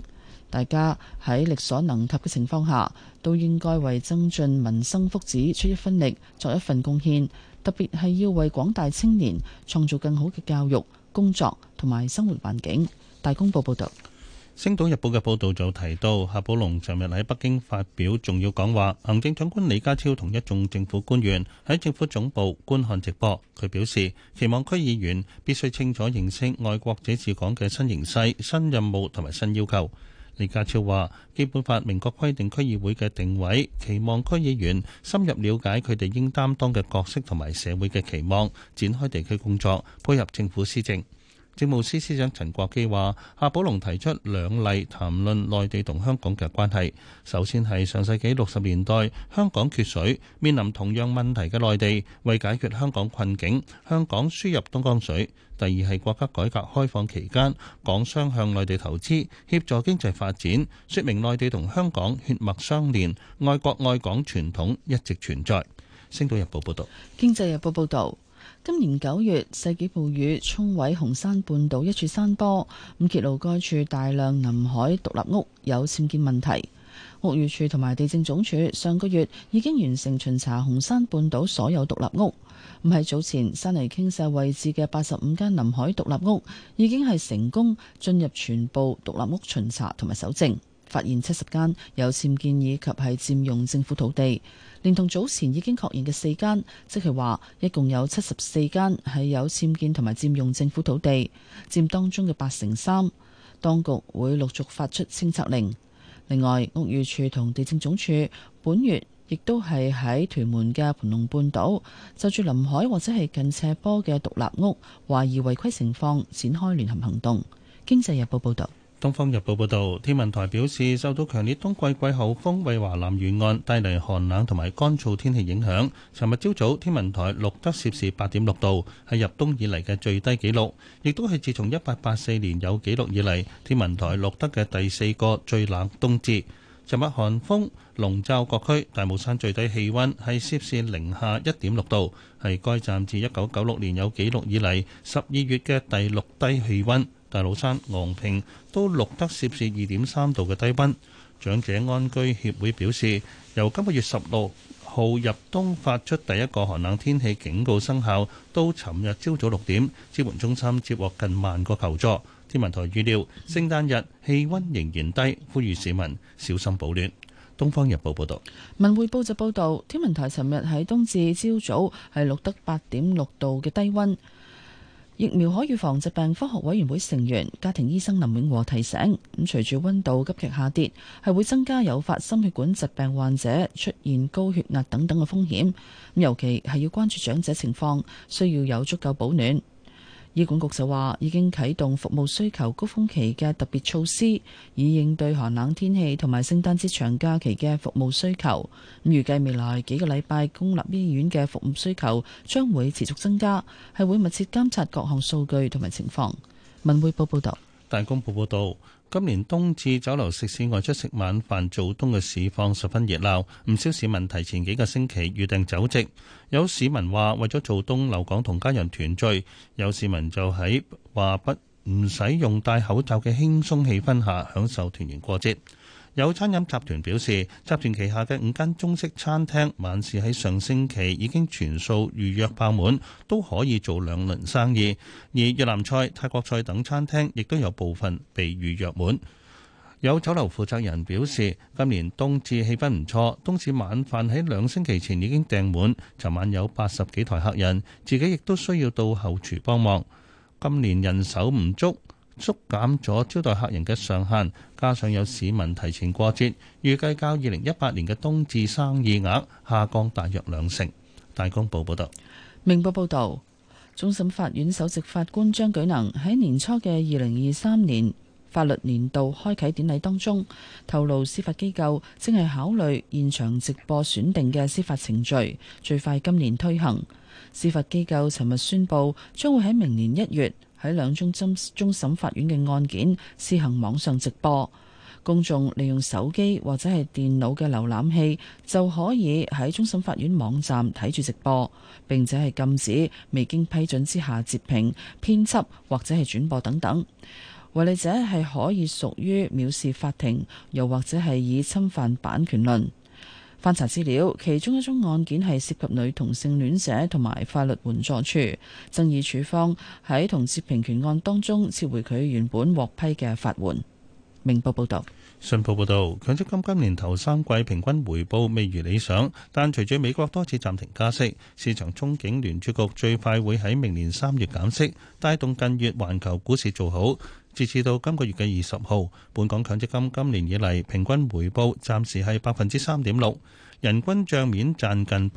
大家喺力所能及嘅情況下，都應該為增進民生福祉出一分力，作一份貢獻。特別係要為廣大青年創造更好嘅教育、工作同埋生活環境。大公報報導。 《星島日報》嘅報導就提到，夏寶龍昨日喺北京發表重要講話，行政長官李家超同一眾政府官員喺政府總部觀看直播。佢表示，期望區議員必須清楚認識愛國者治港嘅新形勢、新任務同埋新要求。李家超話，《基本法》明確規定區議會嘅定位，期望區議員深入了解佢哋應擔當嘅角色同埋社會嘅期望，展開地區工作，配合政府施政。政務司司長陳國基話，夏寶龍提出兩例談論內地同香港嘅關係。首先係上世紀60年代香港缺水，面臨同樣問題嘅內地，為解決香港困境，香港輸入東江水。第二係國家改革開放期間，港商向內地投資，協助經濟發展，說明內地同香港血脈相連，愛國愛港傳統一直存在。星島日報報道。 經濟日報報道。今年9月，世紀暴雨沖毀紅山半島一處山坡，揭露該處大量臨海獨立屋有僭建問題。屋宇署同埋地政總署上個月已經完成巡查紅山半島所有獨立屋。喺早前山泥傾瀉位置嘅85間臨海獨立屋，已經係成功進入全部獨立屋巡查同埋搜證，發現70間有僭建以及係佔用政府土地。連同早前已經確認嘅4間，即係話一共有74間係有僭建同埋佔用政府土地，佔當中嘅83%。當局會陸續發出清拆令。另外，屋宇署同地政總署本月亦都係喺屯門嘅蟠龍半島就住臨海或者係近斜坡嘅獨立屋懷疑違規情況展開聯合行動。經濟日報報道。 東方日報報導，天文台表示，受到強烈冬季季候風為華南沿岸帶嚟寒冷同埋乾燥天氣影響，尋日朝早天文台錄得攝氏8.6度，係入冬以嚟嘅最低紀錄，亦都係自從1884年有紀錄以嚟天文台錄得嘅第4個最冷冬至。尋日寒風籠罩各區，大帽山最低氣温係攝氏零下1.6度，係該站自1996年有紀錄以嚟12月嘅第6低氣温。大老山、昂坪都錄得攝氏2.3度嘅低温。長者安居協會表示，由今個月16號入冬發出第一個寒冷天氣警告生效，到尋日朝早6點，支援中心接獲近1萬個求助。天文台預料聖誕日氣温仍然低，呼籲市民小心保暖。《東方日報》報道。 文匯報就報導，天文台尋日喺冬至朝早係錄得8.6度嘅低温。疫苗可預防疾病科學委員會成員、家庭醫生林永和提醒，隨住溫度急劇下跌，係會增加誘發心血管疾病患者出現高血壓等等嘅風險。尤其係要關注長者情況，需要有足夠保暖。醫管局就話已經啟動服務需求高峰期嘅特別措施，以應對寒冷天氣同埋聖誕節長假期嘅服務需求。預計未來幾個禮拜公立醫院嘅服務需求將會持續增加，係會密切監察各項數據同埋情況。文匯報報道。 大公報報導，今年冬至酒樓食肆外出食晚飯做冬嘅市況十分熱鬧，唔少市民提前幾個星期預訂酒席。有市民話為咗做冬留港同家人團聚，有市民就喺話唔使用戴口罩嘅輕鬆氣氛下享受團圓過節。有餐飲集團表示，集團旗下嘅5間中式餐廳晚市喺上星期已經全數預約爆滿，都可以做2輪生意。而越南菜、泰國菜等餐廳亦都有部分被預約滿。有酒樓負責人表示，今年冬至氣氛唔錯，冬至晚飯喺2星期前已經訂滿，尋晚有80幾台客人，自己亦都需要到後廚幫忙。今年人手唔足，縮減咗招待客人嘅上限，加上有市民提前過節，預計較2018年嘅冬至生意額下降大約2成。大公報報道。 明報報道，終審法院首席法官張舉能喺年初嘅2023年法律年度開啟典禮當中透露，司法機構正係考慮現場直播選定嘅司法程序，最快今年推行。司法機構尋日宣布，將會喺明年1月喺2宗終審法院嘅案件試行網上直播，公眾利用手機或者係電腦嘅瀏覽器就可以喺終審法院網站睇住直播，並且係禁止未經批准之下截屏、編輯或者係轉播等等。 違例者係可以屬於藐視法庭，又或者係以侵犯版權論。翻查資料，其中一宗案件係涉及女同性戀者同埋法律援助處，爭議處方喺同志平權案當中撤回佢原本獲批嘅法援。明報報道。 信報報導，強積金今年頭3季平均回報未如理想，但隨住美國多次暫停加息，市場憧憬聯儲局最快會喺明年3月減息，帶動近月環球股市做好。截至到今個月嘅20號，本港強積金今年以嚟平均回報暫時係3.6%，人均帳面賺近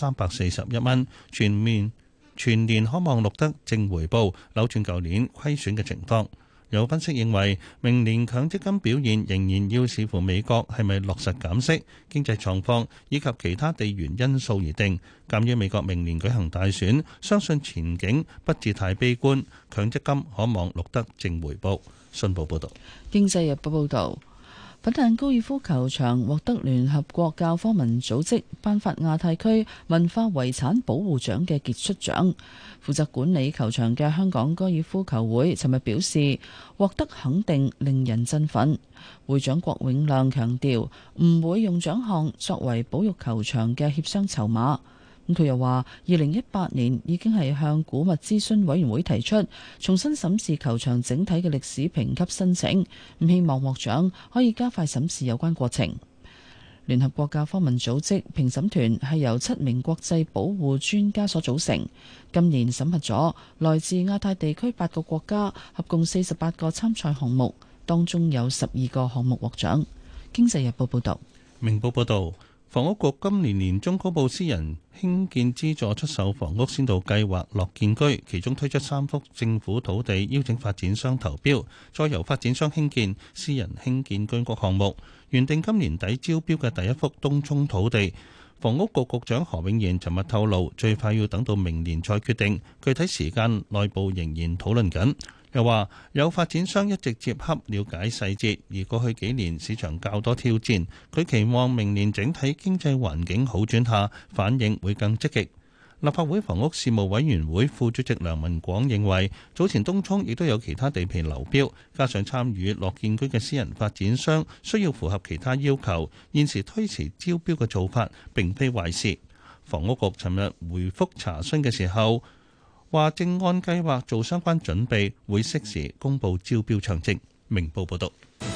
8341蚊，全年可望錄得正回報，扭轉舊年虧損嘅情況。有分析認為，明年強積金表現仍然要視乎美國係咪落實減息、經濟狀況以及其他地緣因素而定。鑑於美國明年舉行大選，相信前景不致太悲觀，強積金可望錄得正回報。信報報導。 經濟日報報導。粉嶺高爾夫球場獲得聯合國教科文組織頒發亞太區文化遺產保護獎嘅傑出獎。負責管理球場嘅香港高爾夫球會尋日表示，獲得肯定令人振奮。會長郭永亮強調，唔會用獎項作為保育球場嘅協商籌碼。佢又話，2018年已經係向古物諮詢委員會提出重新審視球場整體嘅歷史評級申請，咁希望獲獎可以加快審視有關過程。聯合國教科文組織評審團係由7名國際保護專家所組成，今年審核咗來自亞太地區8個國家合共48個參賽項目，當中有12個項目獲獎。經濟日報報道。 明報報導。房屋局今年年中公布私人興建資助出售房屋先導計劃樂建居，其中推出3幅政府土地，邀請發展商投標，再由發展商興建私人興建居屋項目。原定今年底招標嘅第一幅東涌土地，房屋局局長何永賢尋日透露，最快要等到明年再決定，具體時間內部仍然討論緊。又話有發展商一直接洽了解細節，而過去幾年市場較多挑戰，佢期望明年整體經濟環境好轉下，反應會更積極。立法會房屋事務委員會副主席梁文廣認為，早前東涌亦都有其他地皮流標，加上參與樂建居嘅私人發展商需要符合其他要求，現時推遲招標嘅做法並非壞事。房屋局尋日回覆查詢嘅時候，話正按計劃做相關準備，會適時公佈招標詳情。明報報道。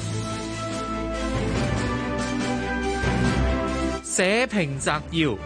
社評摘要。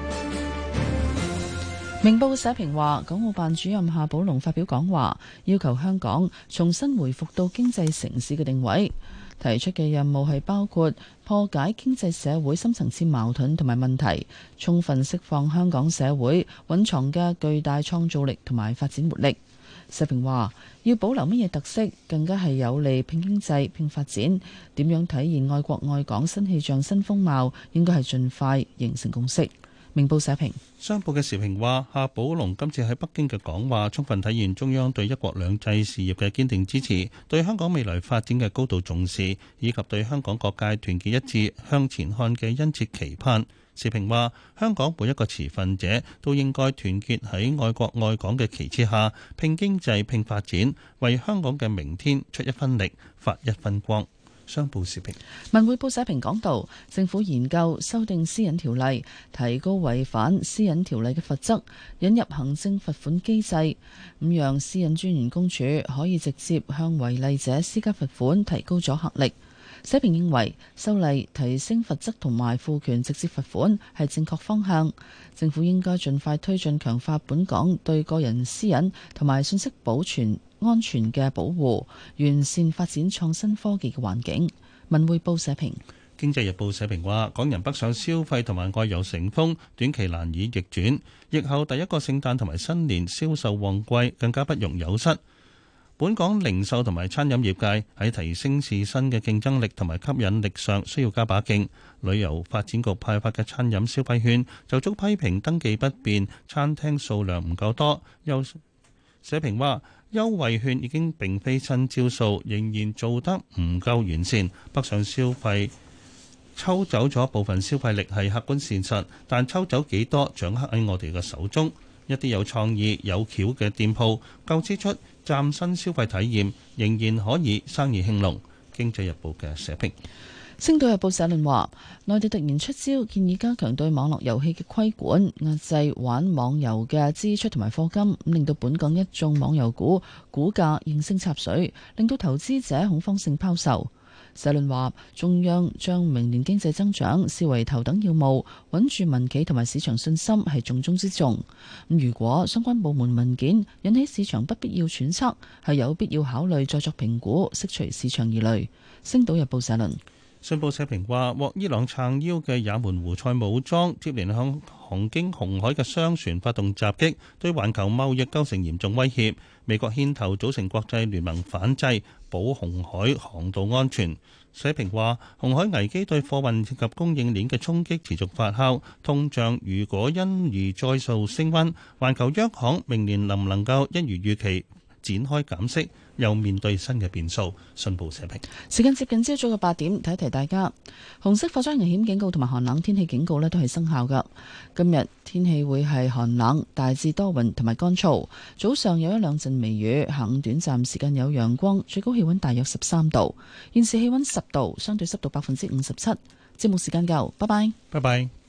明報社評話，港澳辦主任夏寶龍發表講話，要求香港重新回復到經濟城市嘅定位。提出嘅任務係包括破解經濟社會深層次矛盾同埋問題，充分釋放香港社會蘊藏嘅巨大創造力同埋發展活力。社評話，要保留乜嘢特色，更加係有利拼經濟、拼發展。點樣體現愛國愛港新氣象、新風貌，應該係盡快形成共識。明報社評。 商報嘅時評話，夏寶龍今次喺北京嘅講話，充分體現中央對一國兩制事業嘅堅定支持，對香港未來發展嘅高度重視，以及對香港各界團結一致向前看嘅殷切期盼。時評話，香港每一個持份者都應該團結喺愛國愛港嘅旗幟下，拼經濟、拼發展，為香港嘅明天出一分力、發一分光。商報時評。 文匯報社評講道，政府研究修訂私隱條例，提高違反私隱條例嘅罰則，引入行政罰款機制，咁讓私隱專員公署可以直接向違例者施加罰款，提高阻嚇力。社評認為，修例提升罰則同埋賦權直接罰款係正確方向，政府應該盡快推進強化本港對個人私隱同埋信息保存安全嘅保護，完善發展創新科技嘅環境。文匯報社評。 經濟日報社評話，港人北上消費同埋外遊成風，短期難以逆轉，疫後第一個聖誕同埋新年銷售旺季更加不容有失。本港零售同埋餐飲業界喺提升自身嘅競爭力同埋吸引力上需要加把勁。旅遊發展局派發嘅餐飲消費券就遭批評登記不便，餐廳數量唔夠多。社評話，優惠券已經並非新招數，仍然做得唔夠完善。北上消費抽走咗部分消費力係客觀現實，但抽走幾多掌握喺我哋嘅手中。 一啲有創意有橋嘅店鋪構思出嶄新消費體驗，仍然可以生意興隆。經濟日報嘅社評。 星島日報社論話，內地突然出招，建議加強對網絡遊戲嘅規管，壓制玩網遊嘅支出同埋課金，令到本港一眾網遊股價應聲插水，令到投資者恐慌性拋售。社論話，中央將明年經濟增長視為頭等要務，穩住民企同埋市場信心係重中之重。如果相關部門文件引起市場不必要揣測，係有必要考慮再作評估，釋除市場疑慮。星島日報社論。 信報社評話，獲伊朗撐腰嘅也門胡塞武裝接連向航經紅海嘅商船發動襲擊，對環球貿易構成嚴重威脅。美國牽頭組成國際聯盟反制，保紅海航道安全。社評話，紅海危機對貨運及供應鏈嘅衝擊持續發酵，通脹如果因而再度升溫，環球央行明年能唔能夠一如預期展開減息，又面對新嘅變數。信報社評。 時間接近朝早嘅8點，提一提大家，紅色火災危險警告同埋寒冷天氣警告呢都係生效㗎。今日天氣會係寒冷，大致多雲同埋乾燥，早上有一兩陣微雨，下午短暫時間有陽光，最高氣溫大約13度。現時氣溫10度，相對濕度57%。節目時間夠，拜拜。 拜拜。